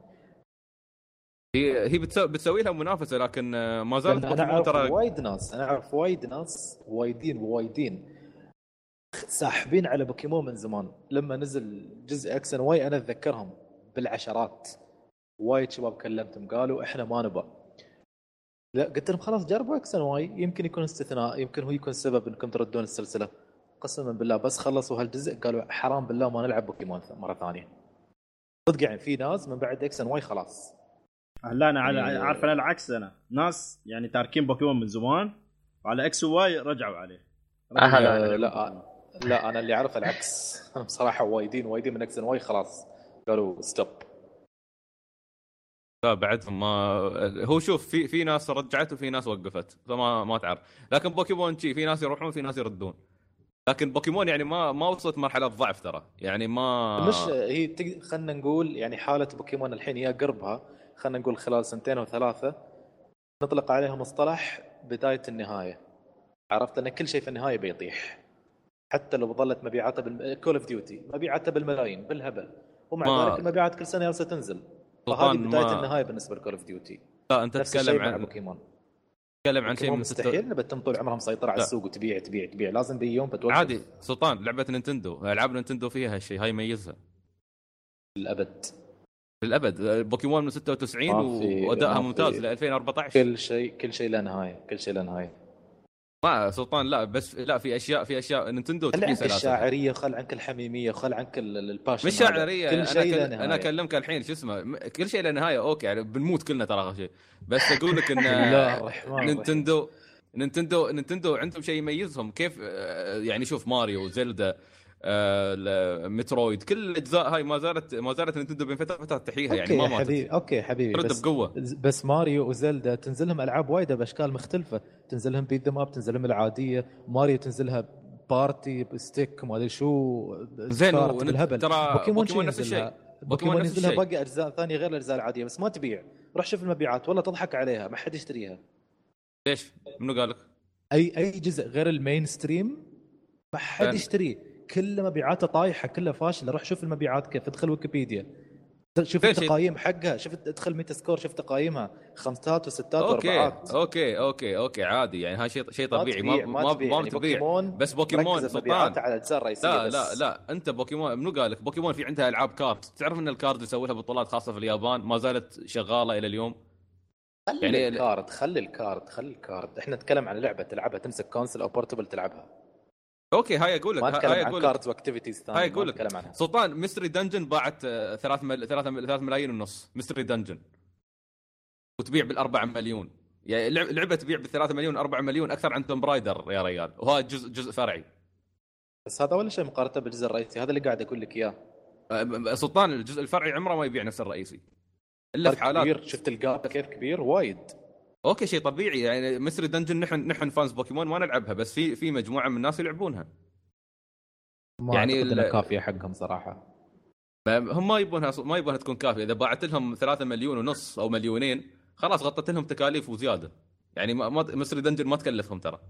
هي بتسوي لها منافسه، لكن ما زالت بوكيمون ترى انا اعرف وايد ناس وايدين ساحبين على بوكيمون من زمان. لما نزل جزء اكس ان واي انا اتذكرهم بالعشرات، وايد شباب كلمتهم قالوا احنا ما نبى. لا قلت لهم خلاص جربوا اكس ان واي، يمكن يكون استثناء، يمكن هو يكون سبب انكم تردون السلسله. قسما بالله بس خلصوا هالجزء قالوا حرام بالله ما نلعب بوكيمون مره ثانيه. صدق يعني في ناس من بعد اكس ان واي خلاص. لا انا عارف انا العكس، انا ناس يعني تاركين بوكيمون من زمان وعلى اكس وواي رجعوا عليه. لا انا اللي اعرف العكس. انا بصراحه وايدين من اكس ان واي خلاص قالوا ستوب. لا بعدهم ما هو شوف في ناس رجعت وفي ناس وقفت، فما تعرف. لكن بوكيمون شيء في ناس يروحون في ناس يردون، لكن بوكيمون يعني ما وصلت مرحله ضعف ترى، يعني ما مش هي خلينا نقول يعني حاله بوكيمون الحين هي قربها، خلينا نقول خلال 2 أو 3 نطلق عليها مصطلح بدايه النهايه. عرفت ان كل شيء في النهايه بيطيح، حتى لو ظلت مبيعاتها كول اوف ديوتي مبيعاتها بالملايين بالهبل، ومع ذلك المبيعات كل سنه جالسه تنزل. فهذه بدايه النهايه بالنسبه لكول اوف ديوتي. لا انت تتكلم عن بوكيمون، تتكلم عن شيء مستحيل نبتم طول عمرها مسيطره على السوق وتبيع لازم بيوم بتوقف. عادي سلطان، لعبه نينتندو، العاب نينتندو فيها هالشيء، هاي يميزها للابد. بوكيمون من 96 وادائها ممتاز ل 2014. كل شيء له نهايه. ما سلطان لا، بس لا في اشياء نينتندو تحكي سلاسل. الشاعريه خل عنك الحميميه، خل عنك الباشن. مش شاعريه، انا اكلمك الحين شو اسمه، كل شيء له نهايه. اوكي يعني بنموت كلنا ترى اخر شيء، بس اقول لك ان نينتندو عندهم شيء يميزهم. كيف يعني شوف ماريو، زلدا، مترويد، كل الاجزاء هاي ما زالت نينتندو بين فتره تحييها، يعني ما ماتت. اوكي حبيبي بس ماريو وزلدا تنزلهم العاب وايده باشكال مختلفه، تنزلهم بيذم اب، تنزلهم العاديه، ماريو تنزلها بارتي بستيك ما ادري شو زين. ترى بوكيمون نفس الشيء، بوكيمون ينزلها باقي اجزاء ثانيه غير الاجزاء العاديه بس ما تبيع. روح شوف المبيعات والله تضحك عليها، ما حد يشتريها. ليش؟ منو قالك؟ اي جزء غير المين ستريم ما حد يشتريه، كل مبيعاته طايحه، كلها فاشله. روح شوف المبيعات كيف، ادخل ويكيبيديا شوف التقايم حقها، شوف ادخل ميتا سكور، شوف تقايمها 5 و6 و4. اوكي عادي، يعني هاي شيء طبيعي. ما تبيع. بس بوكيمون سلطان على الاجزاء الرئيسيه. لا انت بوكيمون منو قالك؟ بوكيمون في عندها العاب كارد، تعرف ان الكارد يسوي لها بطولات خاصه في اليابان ما زالت شغاله الى اليوم. يعني خلي الكارد احنا نتكلم عن لعبه تلعبها، تمسك كونسل او بورتبل تلعبها. اوكي هاي اقول لك، هاي اقول لك كاردز واكتيفيتيز ثانيه، هاي اقول لك سلطان ميستري دنجن باعت 3 ملايين ونص ميستري دنجن، وتبيع بال4 مليون. يعني لعبه تبيع ب3 مليون 4 مليون اكثر عن توم برايدر يا ريال، وهذا جزء فرعي. بس هذا ولا شيء مقارنه بالجزء الرئيسي، هذا اللي قاعد اقول لك اياه. سلطان الجزء الفرعي عمره ما يبيع نفس الرئيسي الا في حالات كبير. شفت الجاب كيف كبير وايد. اوكي شيء طبيعي، يعني ميستري دنجن نحن فانز بوكيمون ما نلعبها، بس في مجموعه من الناس يلعبونها. يعني كافيه حقهم صراحه. هم ما يبونها تكون كافيه. اذا باعت لهم 3 مليون ونص او مليونين خلاص غطت لهم تكاليف وزياده. يعني ميستري دنجن ما تكلفهم ترى.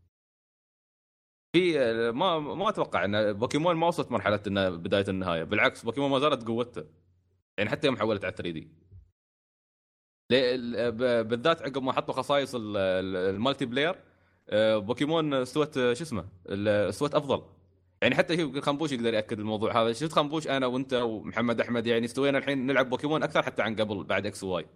في ما اتوقع ان بوكيمون ما وصلت مرحله انه بدايه النهايه، بالعكس بوكيمون ما زالت قوته، يعني حتى يوم حولت على 3 دي بالذات عقب ما حطوا خصائص المالتي بلاير. بوكيمون استوت استوت افضل. يعني حتى خنبوش يقدر ياكد الموضوع هذا. شفت خنبوش انا وانت ومحمد احمد يعني استوينا الحين نلعب بوكيمون اكثر حتى عن قبل بعد اكس واي،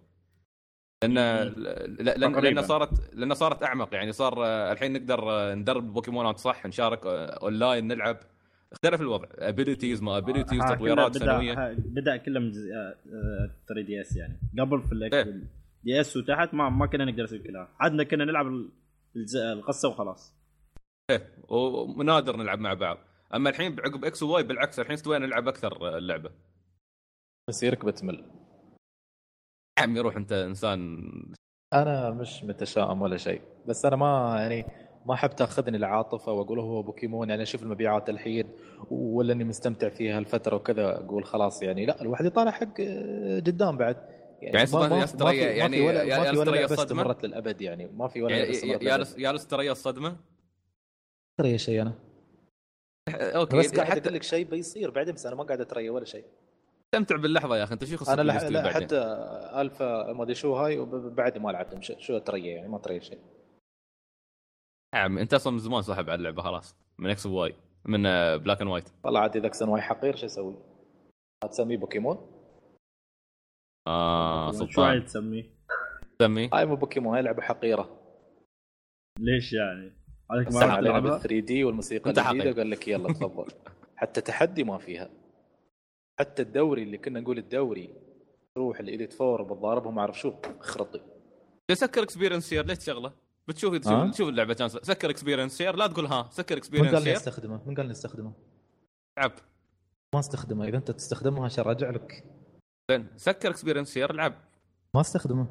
لان صارت اعمق يعني. صار الحين نقدر ندرب بوكيمونات صح، نشارك اونلاين، نلعب. اختلف الوضع، ابيليتيز ما ابيليتيز، تطويرات سنويه. بدا كله من 3 دي اس يعني. قبل في الاكس دي اس وتحت ما كنا نقدر نسوي كلها، عادنا كنا نلعب القصه وخلاص. ونادر نلعب مع بعض. اما الحين عقب اكس وواي بالعكس، الحين استوينا نلعب اكثر اللعبه. يصيرك بتمل عم يروح. انت انسان. انا مش متشائم ولا شيء، بس انا ما احب تاخذني العاطفه واقول هو بوكيمون يعني اشوف المبيعات الحين ولا اني مستمتع فيها الفتره وكذا اقول خلاص يعني. لا، الواحد يطالع حق قدام بعد يعني ما في ولا لعبه استمرت للابد يعني. ما في ولا لعبه استمرت يا الاستريا الصدمه ترى شيء. انا اوكي بس قاعد اقول لك شيء بيصير بعدين، بس انا ما قاعد اتريا ولا شيء. استمتع باللحظه يا اخي. انت شو خصك انا لا حتى الفا ما ادري شو هاي وبعد ما لعبت شو اتريا يعني. ما اتريا شيء. نعم انت اصلا من زمان صاحب على اللعبه خلاص، من اكس واي، من بلاك اند وايت. والله عاد اذا اكس واي حقير شو اسوي؟ تسميه بوكيمون؟ سلطان شو عايز تسميه؟ هاي مو بوكيمون، هاي لعبه حقيره. ليش يعني؟ عليك ما عليها 3 دي والموسيقى الجديده وقال لك يلا تفضل. حتى تحدي ما فيها. حتى الدوري اللي كنا نقول الدوري تروح الإليت فور بتضاربهم ما اعرف شو اخرطي. تسكر اكسبيرينس شير ليش تشغله؟ تشوف اللعبه كان سكر اكسبيرينس شير. لا تقول سكر اكسبيرينس شير. من قال نستخدمه؟ لعب ما استخدمه. اذا انت تستخدمه عشان ارجع لك زين. سكر اكسبيرينس شير لعب. ما استخدمه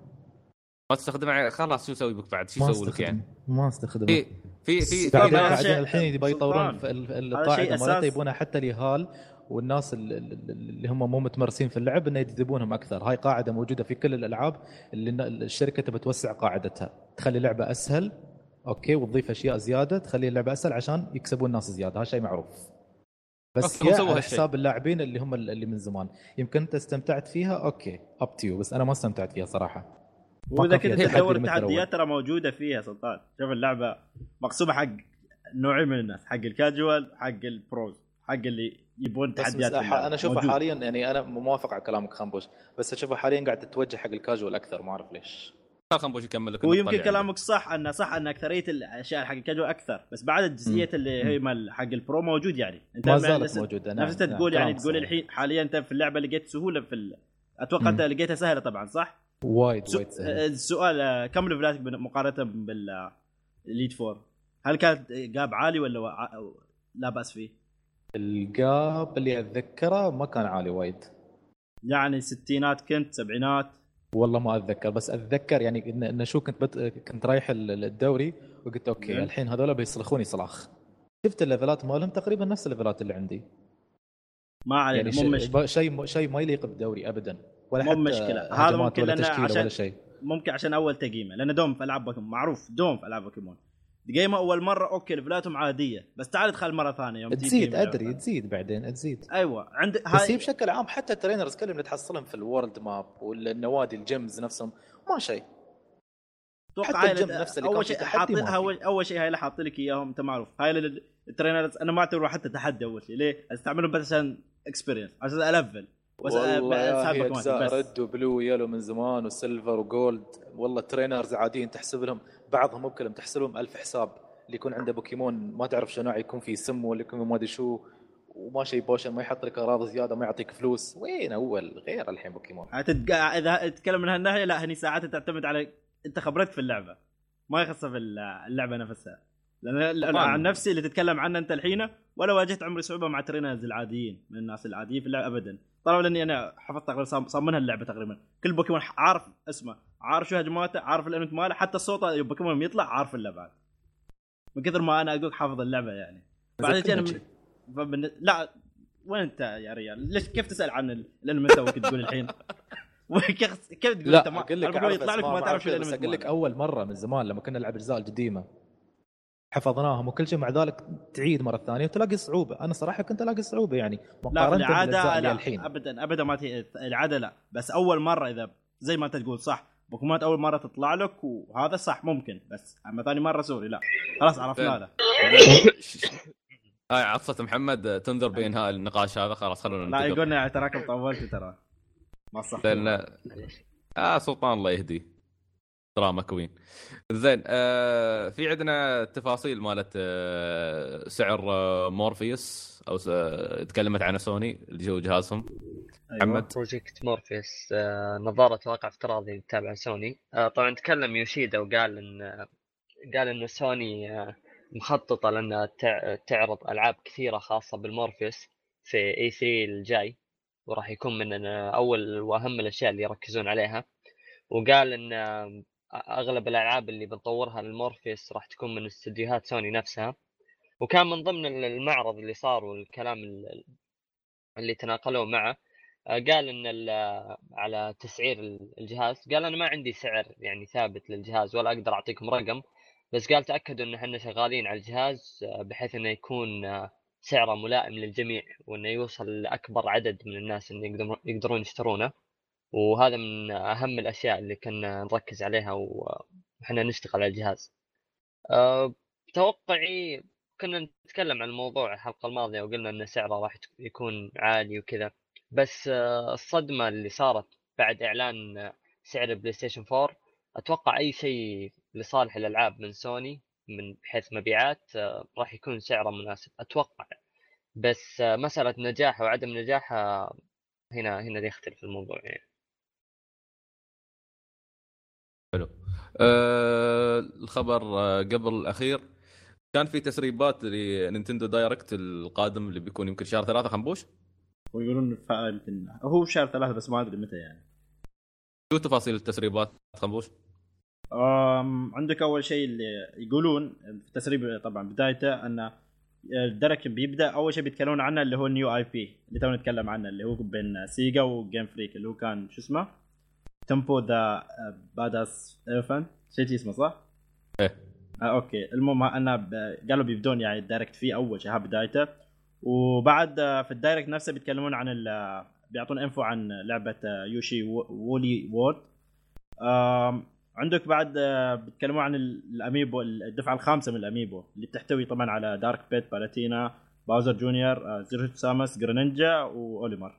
خلاص. شو اسوي بك بعد؟ شو اسوي لك يعني؟ ما استخدمه. في الحين يبي يطورون القاعده مالته، يبونها حتى اليهال والناس اللي هم مو متمرسين في اللعب انه يجذبونهم اكثر. هاي قاعده موجوده في كل الالعاب اللي الشركه تبي توسع قاعدتها، تخلي اللعبه اسهل اوكي وتضيف اشياء زياده تخلي اللعبه اسهل عشان يكسبون الناس زياده. هذا شيء معروف. بس على حساب اللاعبين اللي هم اللي من زمان. يمكن انت استمتعت فيها اوكي اب تو، بس انا ما استمتعت فيها صراحه. واذا كنت تدور التحديات ترى موجوده فيها سلطان. شوف اللعبه مقسومه حق نوعين من الناس، حق الكاجوال، حق البروز، حق اللي يبون تحديات. انا اشوفها حاليا يعني انا موافق على كلامك خنبوش، بس اشوفها حاليا قاعد تتوجه حق الكاجوال اكثر. ما اعرف ليش. خنبوش يكمل لك. ويمكن كلامك صح ان اكثريه الاشياء حق الكاجوال اكثر، بس بعد الجزئيات اللي هي حق البرو موجود يعني. انت ما زالت موجوده. نفس تقول يعني تقول الحين حاليا انت في اللعبه لقيت سهوله اتوقع انت لقيتها سهله طبعا صح؟ وايد سهل. السؤال كم ليفلاتك مقارنه بالليد فور؟ هل كانت جاب عالي ولا لا باس فيه؟ الجاب اللي اتذكره ما كان عالي وايد يعني ستينات كنت سبعينات والله ما اتذكر. بس اتذكر يعني ان شو كنت رايح الدوري وقلت اوكي الحين هذول بيصلخوني صلاخ. شفت الليفلات مالهم تقريبا نفس الليفلات اللي عندي. ما علينا يعني شيء ما يليق بالدوري ابدا ولا مو حتى مشكله. هذا ممكن لنا عشان ممكن عشان اول تقييمه، لان دوم في العاب بوكيمون معروف. دوم في العاب بوكيمون تقيمه اول مره اوكي ليفلاتهم عاديه، بس تعال ادخل مره ثانيه يوم تزيد ادري تزيد بعدين تزيد. ايوه عند هاي بشكل عام حتى الترينرز كلهم اللي تحصلهم في الورلد ماب والنوادي الجيمز نفسهم ما شيء. حتى الجيم نفسه اللي اول شيء هاي اللي حاط لك اياهم انت معروف. هاي الترينرز انا ما اعتبره حتى تحدي. اول شيء ليه استعملهم بس عشان اكسبيرينس، عشان الفل بس رد وبلو يلو من زمان وسيلفر وجولد. والله ترينرز عاديين تحسب لهم بعضهم مو كلهم تحسب لهم 1000 حساب. اللي يكون عنده بوكيمون ما تعرف شو نوع، يكون فيه سم ولا يكون ما ادري شو وما شيء بوشن، ما يحط لك اراضي زياده ما يعطيك فلوس. وين اول غير الحين بوكيمون. اذا تتكلم من هالناحيه لا، هني ساعات تعتمد على انت خبرتك في اللعبه، ما يخصها في اللعبه نفسها. لان عن نفسي اللي تتكلم عنه انت الحين ولا واجهت عمري صعوبه مع ترينرز العاديين من الناس العاديين في اللعبه ابدا. طالما لاني انا حفظت تقريبا صامنها اللعبه تقريبا. كل بوكيمون عارف اسمه، عارف شو هجماته، عارف الانمت ماله، حتى الصوت بوكيمون يطلع عارف اللعبه من كثر ما انا اقول حافظ اللعبه يعني. بعدين انا لا وين انت يا ريال؟ ليش كيف تسال عن الانمي توك تقول الحين؟ كيف تقول انت ما يطلع لك ما تعرف شو الانمي؟ اقول لك اول مره من زمان لما كنا نلعب الاجزاء القديمه حفظناهم وكل شيء، مع ذلك تعيد مره ثانيه وتلاقي صعوبه. انا صراحه كنت الاقي صعوبه يعني مقارنه بالعاده الحين. ابدا ما العاده لا، بس اول مره اذا زي ما انت تقول صح بوكيمونات اول مره تطلع لك وهذا صح ممكن، بس اما ثاني مره سوري لا خلاص عرفنا هذا. هاي عطفة محمد تنذر بإنهاء النقاش هذا، خلاص خلونا لا يقولنا تراكم طولت ترى ما صح. لأن سلطان الله يهدي دراما كوين. زين في عندنا تفاصيل مالت سعر مورفيوس او تكلمت عنه سوني اللي هو جهازهم. محمد بروجكت مورفيوس نظارة واقع افتراضي تابع سوني. طبعا تكلم يوشيدا وقال ان سوني مخططة لأنها تعرض ألعاب كثيرة خاصة بالمورفيوس في E3 الجاي، وراح يكون من أول وأهم الأشياء اللي يركزون عليها. وقال ان اغلب الالعاب اللي بنطورها للمورفيس راح تكون من استديوهات سوني نفسها. وكان من ضمن المعرض اللي صار والكلام اللي تناقلوه معه قال ان على تسعير الجهاز، قال انا ما عندي سعر يعني ثابت للجهاز ولا اقدر اعطيكم رقم، بس قال تاكدوا ان احنا شغالين على الجهاز بحيث انه يكون سعره ملائم للجميع وانه يوصل لاكبر عدد من الناس ان يقدرون يشترونه. وهذا من أهم الأشياء اللي كنا نركز عليها وإحنا نشتغل على الجهاز. توقعي كنا نتكلم عن الموضوع الحلقة الماضية وقلنا أن سعره راح يكون عالي وكذا، بس الصدمة اللي صارت بعد إعلان سعر بلاي ستيشن 4 أتوقع أي شيء لصالح الألعاب من سوني من حيث مبيعات راح يكون سعره مناسب أتوقع. بس مسألة نجاح وعدم نجاحها هنا يختلف الموضوع يعني. حلو. الخبر قبل الأخير كان في تسريبات لنينتندو دايركت القادم اللي بيكون يمكن شهر 3 خنبوش، ويقولون يمكن هو شهر 3 بس ما أدري متى يعني. شو تفاصيل التسريبات خنبوش؟ عندك أول شيء اللي يقولون في التسريب طبعا بدايته أن الدرك بيبدأ أول شيء بيتكلمون عنه اللي هو النيو اي بي اللي تونا نتكلم عنه اللي هو بين سيجا وجيم فريك اللي هو كان شو اسمه تمبو ذا باداس إلفنت شيء اسمه صح؟ إيه اوكي. المهم انا قالوا بيبدون يعني الدايركت فيه اول شيء بدايته، وبعد في الدايركت نفسه بيتكلمون عن بيعطون انفو عن لعبه يوشي وولي وورد. عندك بعد بيتكلمون عن الاميبو الدفعه الخامسه من الاميبو اللي بتحتوي طبعا على دارك بيت بالاتينا باوزر جونيور زيرو سامس جرينينجا واوليمر.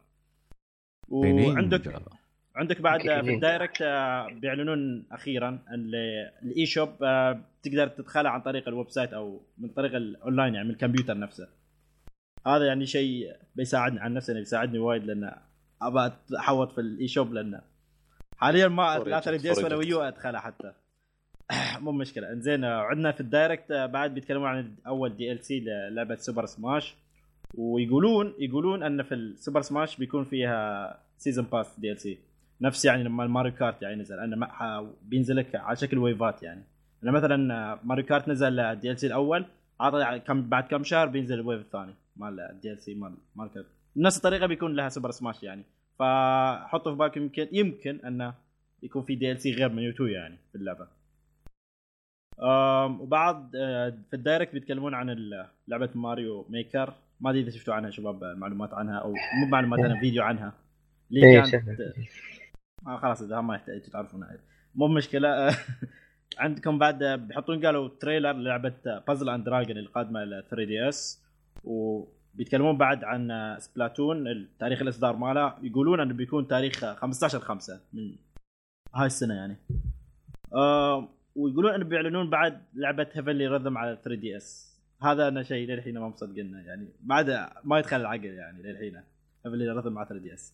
وعندك بعد في الدايركت بيعلنون اخيرا ان الاي شوب تقدر تدخلها عن طريق الويب سايت او من طريق الاونلاين يعني من الكمبيوتر نفسه. هذا يعني شيء بيساعدني عن نفسي، بيساعدني وايد لان ابى احوط في الاي شوب لان حاليا ما لا 3 دي اس ولا ويو ادخلها حتى مو مشكله. انزين عندنا في الدايركت بعد بيتكلمون عن اول دي ال سي للعبه سوبر سماش، ويقولون ان في السوبر سماش بيكون فيها سيزون باس دي ال سي نفس يعني لما الماريو كارت يعني نزل انه بينزل لك على شكل ويفات. يعني انا مثلا ماريو كارت نزل الدي ال سي الاول عطى بعد كم شهر بينزل الويف الثاني مال الدي ال سي مال كارت. نفس الطريقه بيكون لها سوبر سماش يعني. فحطوا في بالكم يمكن انه يكون في دي ال سي غير من يوتيوب يعني في اللعبه. وبعد في الدايركت بيتكلمون عن لعبه ماريو ميكر. ما ادري اذا شفتوا عنها شباب معلومات عنها او مو معلومات عنها فيديو عنها اللي كانت خلاص اذا ما يحتاج تعرفونها مو مشكله. عندكم بعد بيحطون قالوا تريلر للعبه بازل اند دراجون القادمه ل 3 دي اس، وبيتكلمون بعد عن سبلاتون تاريخ الاصدار ماله. يقولون انه بيكون تاريخ 15/5 من هاي السنه يعني. ويقولون انه بيعلنون بعد لعبه هيفنلي ريذم على 3 دي اس. هذا انا شيء للحين ما مصدقنا يعني بعد ما يدخل العقل يعني للحين هيفنلي ريذم على 3 دي اس.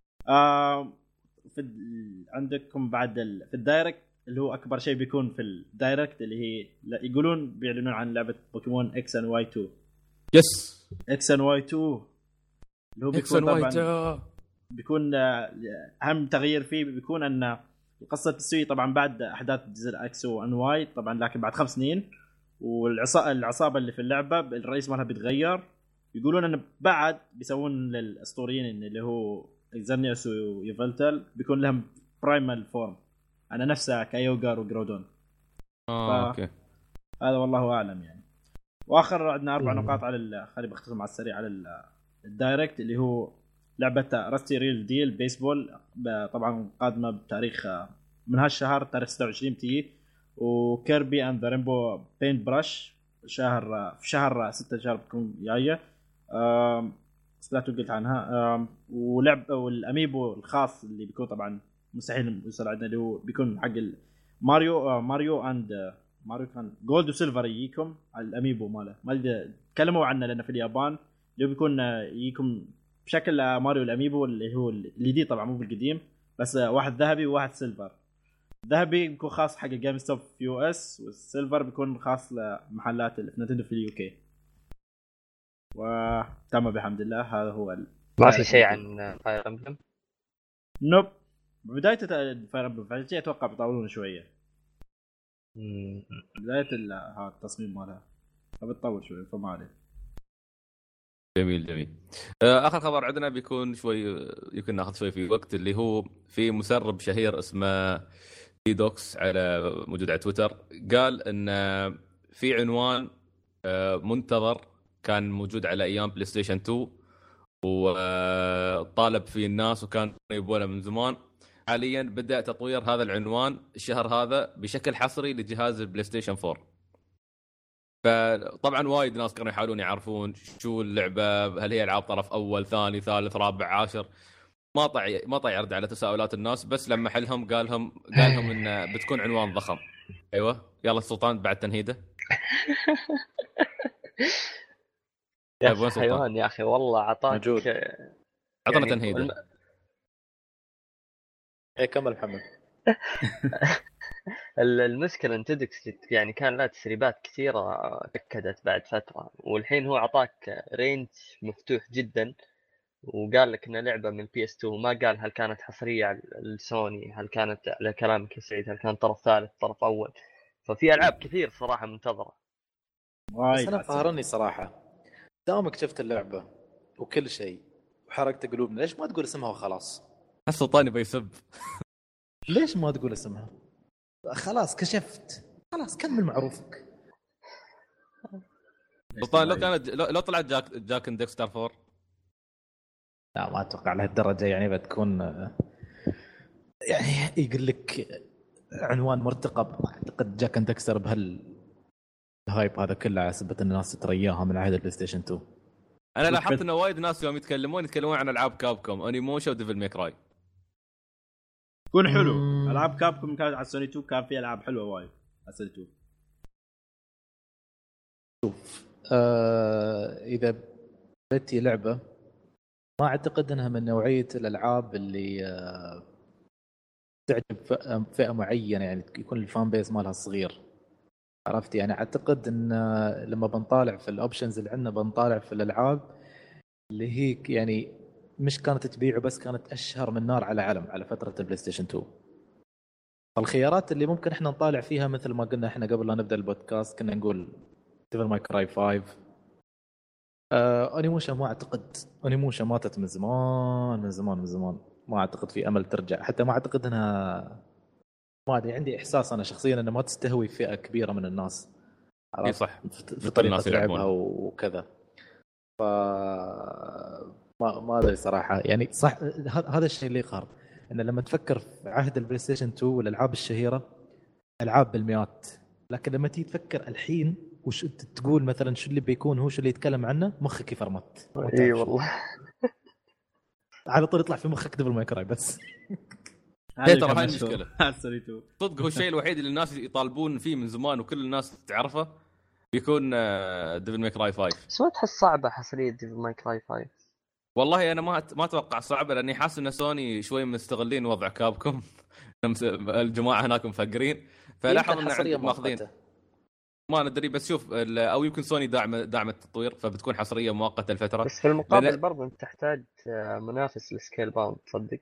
عندكم بعد في الدايركت اللي هو اكبر شيء بيكون في الدايركت اللي هي يقولون بيعلنون عن لعبه بوكيمون اكس ان واي 2. يس اكس ان واي 2 اللي هو بيكون طبعا بيكون اهم تغيير فيه بيكون ان القصه تسوي طبعا بعد احداث جزء اكس وان واي طبعا لكن بعد 5 سنين. والعصابه اللي في اللعبه الرئيس مالها بيتغير. يقولون انه بعد بيسوون للاسطوريين اللي هو اكزانيوس ويفلتل بيكون لهم برايمال فورم انا نفسه كايوغار وجرودون. اوكي هذا والله اعلم يعني. واخر عندنا 4 نقاط على خلينا بختصر على السريع على الدايركت اللي هو لعبه راستي ريل ديل بيسبول طبعا قادمه بتاريخ من هالشهر تاريخ 26 تي. وكيربي اند ذا رينبو بينت براش في شهر 6 شهر بتكون جايه. سبلاتون قلت عنها. ولعب والاميبو الخاص اللي بيكون طبعا مستحيل يوصل عندنا اللي هو بيكون حق ماريو ماريو كان جولد وسيلفر يجيكم على الاميبو ماله. ما تكلموا عنه لانه في اليابان اللي بيكون يجيكم بشكل ماريو الاميبو اللي هو الجديد طبعا مو بالقديم، بس واحد ذهبي وواحد سيلفر. الذهبي بيكون خاص حق الجيم ستوب في يو اس، والسيلفر بيكون خاص لمحلات نينتندو في اليو كي. وتم بحمد الله. هذا هو ما في شيء عن فاير امبلم. نوب بدايه فاير امبلم فعشان اتوقع بيطولون شويه بدايه هذا التصميم مالها فبتطول شويه فما عليه. جميل. اخر خبر عندنا بيكون شوي يمكن ناخذ شوي في وقت، اللي هو في مسرب شهير اسمه ديدوكس على موجود على تويتر، قال ان في عنوان منتظر كان موجود على ايام بلاي ستيشن 2 وطالب فيه الناس وكان يبونه من زمان. حاليا بدأ تطوير هذا العنوان الشهر هذا بشكل حصري لجهاز البلاي ستيشن 4. فطبعا وايد ناس كانوا يحاولون يعرفون شو اللعبه، هل هي العاب طرف اول ثاني ثالث رابع عاشر. ما طاع يرد على تساؤلات الناس، بس لما حلهم قال لهم ان بتكون عنوان ضخم. ايوه يلا السلطان بعد تنهيده. يا حيوان يا اخي والله عطاك عطنا تنهيده. ايه كمل محمد. المشكلة ان تيدكس يعني كان لها تسريبات كثيرة أكدت بعد فترة، والحين هو عطاك رينج مفتوح جدا وقال لك انها لعبة من PS2. ما قال هل كانت حصرية على السوني، هل كانت على كلامك يا سعيد هل كانت طرف ثالث طرف اول. ففي العاب كثير صراحة منتظرة. بس انا قهرني صراحة دامك شفت اللعبة وكل شيء وحركت قلوبنا، ليش ما تقول اسمها وخلاص؟ السلطان بيسب. ليش ما تقول اسمها؟ خلاص كشفت، خلاص كمل معروفك. سلطان لو طلعت جاك اند ديكستر 4 لا ما اتوقع لهالدرجه، يعني بتكون يعني يقول لك عنوان مرتقب. اعتقد جاك اند ديكستر بهالهايب هذا كله على سبب ان الناس ترياها من عهد البلاي ستيشن 2. انا لاحظت انه وايد ناس يوم يتكلمون عن العاب كابكوم انيموشا وديفل ميك راي يكون حلو. العاب كابكوم كانت على سوني 2 كان فيها العاب حلوه وايد على سوني 2. شوف اذا بدي لعبه ما اعتقد انها من نوعيه الالعاب اللي تعجب فئه معينه، يعني يكون الفان بيس مالها صغير، عرفت؟ يعني اعتقد ان لما بنطالع في الاوبشنز اللي عندنا بنطالع في الالعاب اللي هي يعني مش كانت تبيع بس كانت اشهر من نار على علم على فتره البلاي ستيشن 2. فالخيارات اللي ممكن احنا نطالع فيها مثل ما قلنا احنا قبل لا نبدا البودكاست كنا نقول ديفل ماي كراي 5. انيموشا ما اعتقد، انيموشا ماتت من زمان، ما اعتقد في امل ترجع. حتى ما اعتقد انها، ما ادري، عندي احساس انا شخصيا انها ما تستهوي فئه كبيره من الناس. اي صح في طريقه لعبها وكذا. ف ما ادري صراحه، يعني صح هذا الشيء اللي يقهر ان لما تفكر في عهد البلاي ستيشن 2 والالعاب الشهيره العاب بالمئات، لكن لما تيجي تفكر الحين وش انت تقول مثلا شو اللي بيكون هو شو اللي يتكلم عنه مخك يفرمت. اي والله على طول يطلع في مخك دبل ماي كراي بس. هي ترى هاي المشكله صدق. هو الشيء الوحيد اللي الناس يطالبون فيه من زمان وكل الناس تعرفه بيكون ديفل ماي كراي 5. بس ما تحس صعبه حصريه ديفل ماي كراي 5؟ والله انا ما اتوقع صعبه، لاني حاسس ان سوني شوي مستغلين وضع كابكوم. الجماعه هناك مفقرين فلاحظ ان ماخذين ما ندري. بس شوف او يمكن سوني دعم التطوير فبتكون حصريه مؤقته الفتره. بس في المقابل برضه انت تحتاج منافس للسكيل باوند تصدق.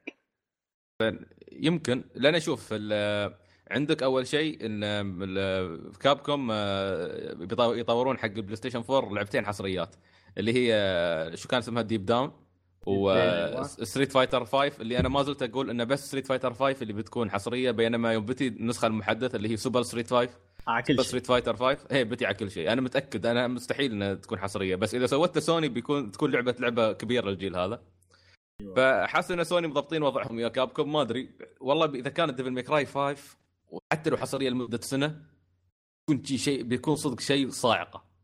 يمكن لان شوف عندك اول شيء ان كابكوم يطورون حق البلاي ستيشن 4 لعبتين حصريات اللي هي شو كان اسمها ديب داون وستريت فايتر 5 اللي انا ما زلت اقول انه بس ستريت فايتر 5 اللي بتكون حصريه، بينما يوم بتي النسخه المحدثه اللي هي سوبر ستريت 5 ستريت فايتر 5 هي بتي على كل شيء. انا متاكد انا مستحيل انها تكون حصريه، بس اذا سوتها سوني تكون لعبه كبيره للجيل هذا. فحاسس ان سوني مضبطين وضعهم يا كابكوم. ما ادري والله اذا كانت ديفل ماي كراي 5 وحتى لو حصريه لمده سنه بيكون صدق شيء صاعقه.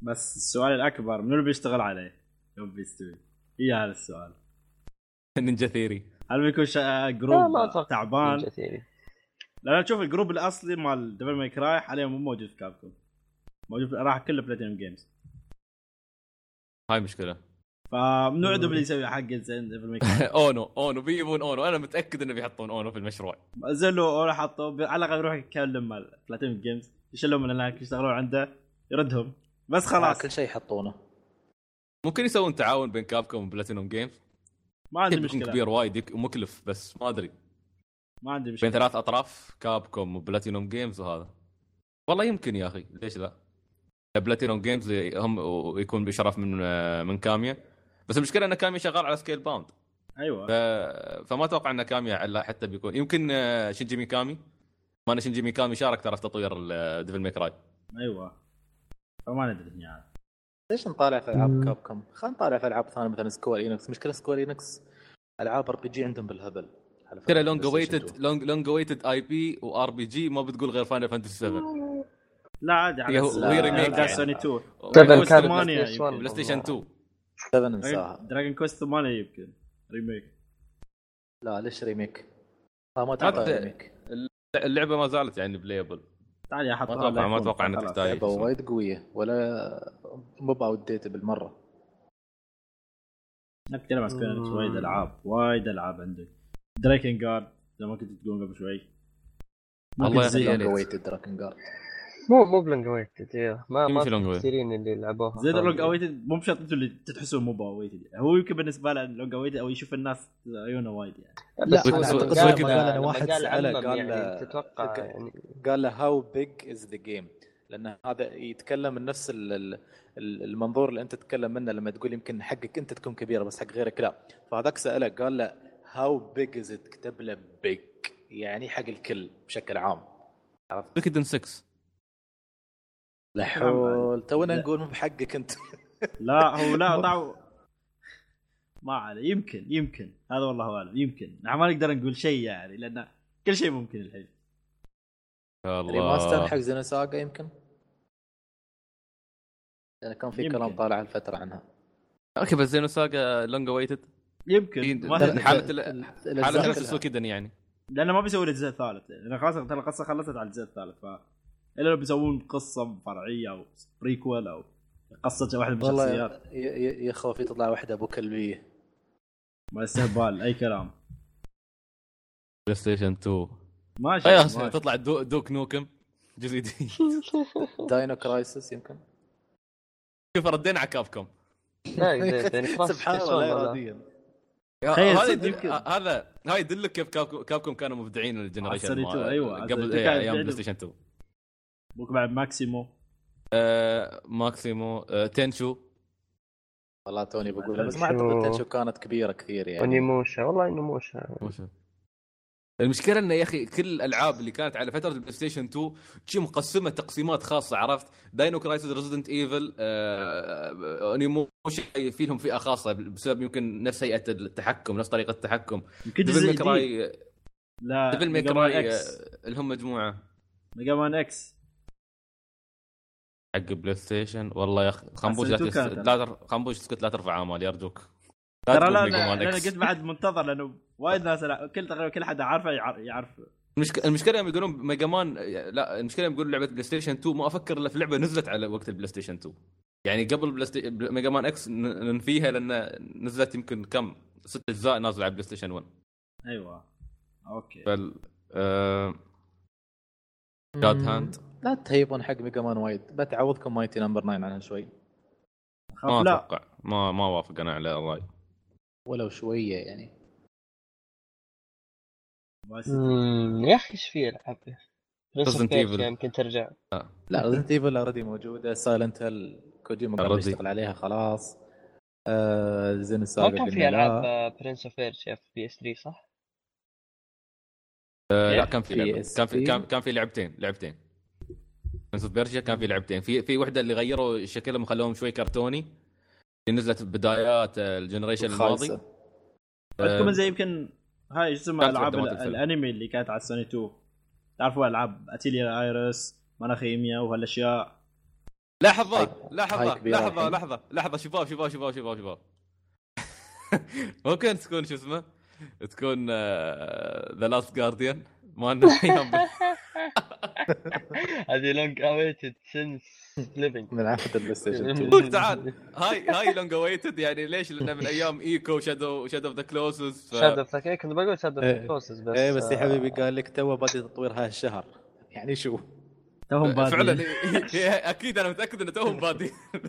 بس السؤال الاكبر منو اللي بيشتغل عليه يوم بيستوي؟ هي هذا السؤال. نينجا ثيري. هل بيكون جروب تعبان؟ لا تشوف الجروب الاصلي مال ديفل ماي كراي حاليا مو موجود في كابكوم، موجود راح كله بلاتينوم جيمز. هاي مشكله. فمنو عندهم اللي يسوي حق زين ديفل ماي كراي؟ اونو بيجيبون اونو، انا متاكد انه بيحطون اونو في المشروع. زلوا اونو حطوا على الاقل يروح يكلم مال بلاتينوم جيمز يشيلهم من هناك يشتغلون عنده يردهم بس خلاص كل شيء يحطونه. ممكن يسوون تعاون بين كابكوم وبلاتينوم جيمز، ما عندي مشكله كبير وايد ومكلف بس ما ادري. ما عندي مشكله بين ثلاث اطراف كابكوم وبلاتينوم جيمز، وهذا والله يمكن يا اخي ليش لا. بلاتينوم جيمز هم يكون بشرف من كاميا، بس المشكله ان كاميا شغال على سكيل باوند. ايوه فما اتوقع ان كاميا حتى بيكون يمكن شينجي ميكامي. ما أنا شينجي ميكامي شارك ترى في تطوير ديفل ماي كراي. ايوه فما ندري يعني ليش نطالع في العاب كابكوم؟ خلينا نطالع في العاب ثانيه مثلا سكوير إينكس. مشكله سكوير إينكس العاب ار بي جي عندهم بالهبل. كذا لونج ويتد اي بي وار بي جي، ما بتقول غير فاينل فانتسي 7. لا عادي على ريميك سوني 2 بلاي ستيشن 2 7 نساها. دراجون كوست 8 يمكن ريميك. لا ليش ريميك؟ ما تعطي ريميك. اللعبه ما زالت يعني بلايبل. تعال يا حطها. ما اتوقع انها تحتاج لعبه وايد قويه ولا مو باوت ديت بالمره. نتكلم عن سكوير وايد العاب عندك. دراكن جارد زي ما كنت تقول قبل شوي. الله زي لونج دراكن جارد. مو بلونج ويتد ما كثيرين اللي لعبوها. زي لونج ويتد مو بشرط انتوا اللي تحسون مو باويتد، هو يمكن بالنسبه له لونج ويتد او يشوف الناس عيونه وايد يعني. لا انا واحد سأله يعني تتوقع يعني قال له هاو بيج از ذا جيم، لان هذا يتكلم من نفس المنظور اللي انت تتكلم منه لما تقول يمكن حقك انت تكون كبيره بس حق غيرك لا. فهذاك سأله قال له هاو بيج از ات، كتب له بيج يعني حق الكل بشكل عام. عرفت بيكدن 6 لا حول تونا نقول مو بحقك انت. لا هو لا ضعوا ما عليه. يمكن هذا والله اعلم. يمكن نحن ما نقدر نقول شيء يعني لان كل شيء ممكن الحين. الله ريماستر حق زينوساغا يمكن، لأن كان في كلام طالع الفترة عنها. اوكي بس زينوساغا لونج ويتد يمكن حالة نفس كذا يعني، لانه ما بيسوي الجزء الثالث لان خلاص القصه خلصت على الجزء الثالث. ف الا لو بيسوون قصه فرعيه او بريكوال او قصه واحده من الشخصيات يا خوفي تطلع واحده ابو كلبيه ما يستهبال اي كلام. بلاي ستيشن 2 ماشي تطلع دوك نوكم جزء جديد. داينو كرايسس يمكن. كيف ردينا على كابكوم؟ سبحان الله اراديا. هذا هاي يدلك كيف كابكوم كانوا مبدعين الجنريشن ايوه قبل ايام بلاي ستيشن 2. بوك بعد ماكسيمو تنشو. والله توني بقول بس ما اعتقد تنشو كانت كبيره كثير يعني. ونيموشا والله نيموشا. المشكله انه يا اخي كل الالعاب اللي كانت على فتره البلاي ستيشن 2 شيء مقسمه تقسيمات خاصه. عرفت داينو كرايسيس ريزيدنت ايفل نيموشا في لهم فئه خاصه بسبب يمكن نفس هيئه التحكم نفس طريقه التحكم. ديفل ماكراي لا ديفل ماكراي اللي هم مجموعه ميجا مان اكس حق بلاي ستيشن. والله يا اخي خنبوش خنبوش اسكت لا ترفع امالي ارجوك. ترى لا انا قلت بعد منتظر لانه وايد ناس تقريبا كل حد عارفه يعرف. المشكله يوم يقولون ميجا مان لا المشكله يوم يقولون لعبه بلاي ستيشن 2 ما افكر الا في لعبه نزلت على وقت البلاي ستيشن 2 يعني قبل ميجا مان اكس ننفيها لان نزلت يمكن كم 6 اجزاء نازله على بلاي ستيشن 1. ايوه اوكي جاد هاند لا تهيبون حق ميجا مان وايد. بتعوضكم مايتي نمبر 9 عنها شوي. ما اتوقع ما وافق انا على الراي ولو شويه يعني. يا اخي ايش في العاب ريزنت ايفل يمكن ترجع. لا ريزنت ايفل اوريدي موجوده. سايلنت هيل كوجيما قاعد يشتغل عليها خلاص. زينوساغا كان في العاب برنس اوف بيرسيا في بي اس 3 صح؟ لا كان في لعبه كان في لعبتين برنس اوف بيرسيا. كان في لعبتين في وحده اللي غيروا شكلهم وخلوهم شوي كرتوني اللي نزلت بدايات الجنريشن الماضي. عندكم زي يمكن هاي اسمها العاب الانمي اللي كانت على سوني 2 تعرفوا العاب اتيليا ايرس مناخيميا وهالاشياء لحظه شباب ممكن تكون شو اسمه تكون ذا لاست جارديان ما لنا ايام هذه لونج اويتد سينس ليفينج من عهد البلاي ستيشن. تعال هاي لونج اويتد يعني ليش؟ لانه من ايام ايكو شادو اوف ذا كلوسز شادو اوف ذا كنت بقول شادو اوف ذا كلوسز بس يا حبيبي قال لك تو بادي تطويرها هالشهر يعني شو توهم بادي فعلا اكيد انا متاكد انه توهم بادي.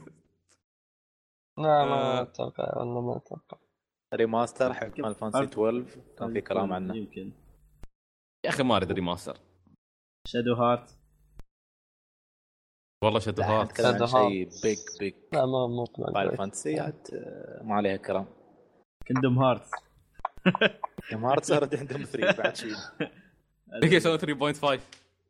ما اتوقع والله ما اتوقع. ريماستر حق فاينل فانتسي 12 كان في كلام عنه يمكن يا اخي ما اريد ريماستر. شادو هارت والله شادو هارت شيء بيج لا مو فاينل فانتسي ما عليها كلام. كندوم هارت هارت صارت عندهم 3 بعد شيء كيف يسوون 3.5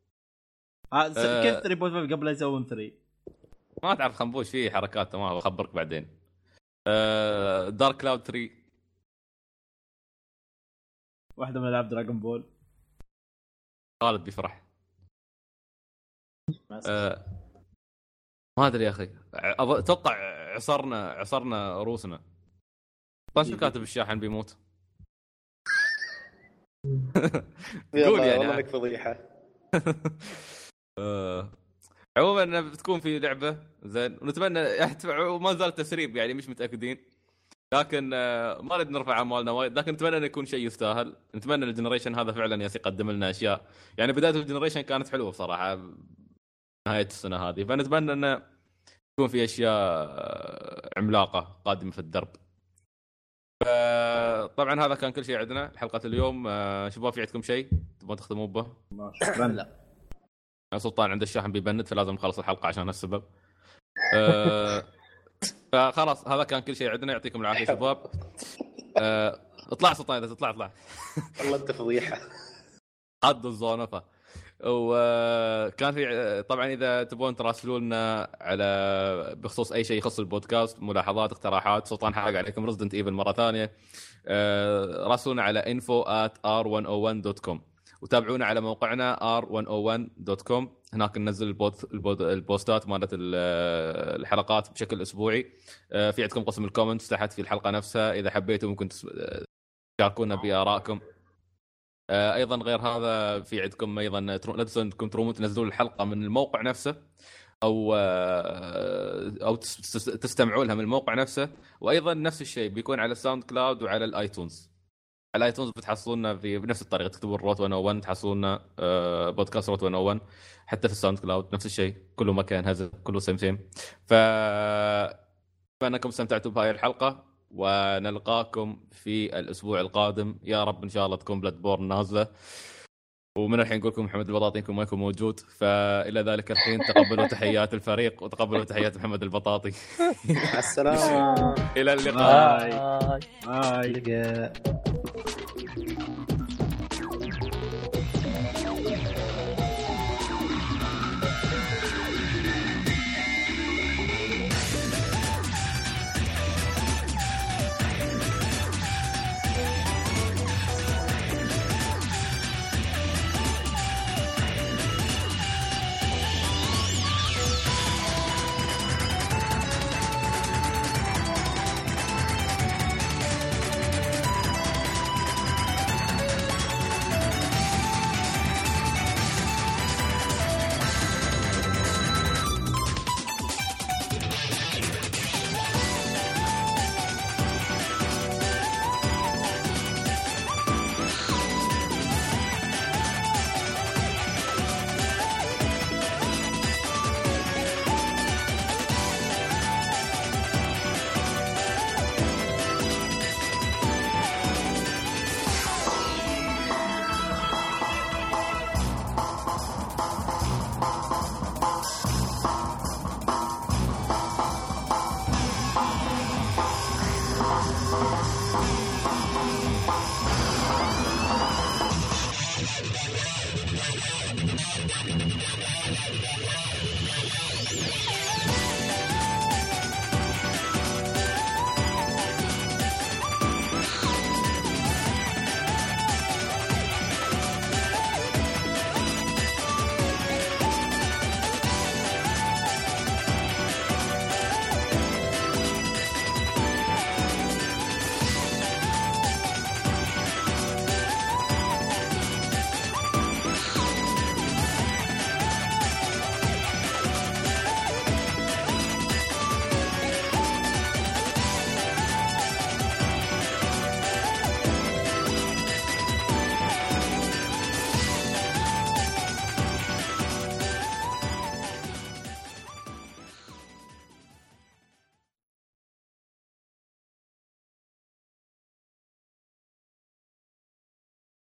كيف 3.5 قبل يسوون 3 ما تعرف خنبوش فيه حركات ما اخبرك بعدين. دارك كلاود 3 واحده من العاب دراغون بول خالد بيفرح. ما ادري يا اخي اتوقع عصرنا روسنا. طيب شو كاتب الشاحن بيموت قول يعني والله لك فضيحه. عموما بتكون في لعبه زين ونتمنى وما زال تسريب يعني مش متاكدين لكن ما نريد نرفع امالنا وايد لكن نتمنى انه يكون شيء يستاهل. نتمنى الجنريشن هذا فعلا يقدم لنا اشياء يعني بدايه الجنريشن كانت حلوه بصراحه نهايه السنه هذه فنتمنى انه يكون في اشياء عملاقه قادمه في الدرب. طبعا هذا كان كل شيء عندنا حلقه اليوم. شباب في عندكم شيء تبغون تختمون به؟ شكرا. لا سلطان عنده الشاحن بيبند فلازم نخلص الحلقه عشان السبب. فخلاص هذا كان كل شيء عندنا. يعطيكم العافيه شباب. اطلع سلطان اذا تطلع والله انت فضيحه عد الزونفه. وكان في طبعا اذا تبون تراسلوا لنا على بخصوص اي شيء يخص البودكاست ملاحظات اقتراحات سلطان حرق عليكم ريزدنت ايفل مره ثانيه راسلونا على info@r101.com وتابعونا على موقعنا r101.com. هناك ننزل البوستات مالت الحلقات بشكل اسبوعي. في عندكم قسم الكومنتس تحت في الحلقه نفسها اذا حبيتوا ممكن تشاركونا بارائكم. ايضا غير هذا في عندكم ايضا لا تنسوا انكم تنزلون الحلقه من الموقع نفسه او تستمعوا لها من الموقع نفسه. وايضا نفس الشيء بيكون على الساوند كلاود وعلى الايتونز. على الايتونز بتحصلونا بنفس الطريقه تكتبوا روت 101 تحصلونا بودكاست روت 101. حتى في الساوند كلاود نفس الشيء كله مكان هذا كله سيم. فانكم استمتعتوا بهاي الحلقه ونلقاكم في الاسبوع القادم يا رب ان شاء الله تكون بلاد بورن نازله. ومن الحين نقول لكم محمد البطاطي يمكن ما يكون موجود فالى ذلك الحين تقبلوا تحيات الفريق وتقبلوا تحيات محمد البطاطي. مع السلامه الى اللقاء. باي.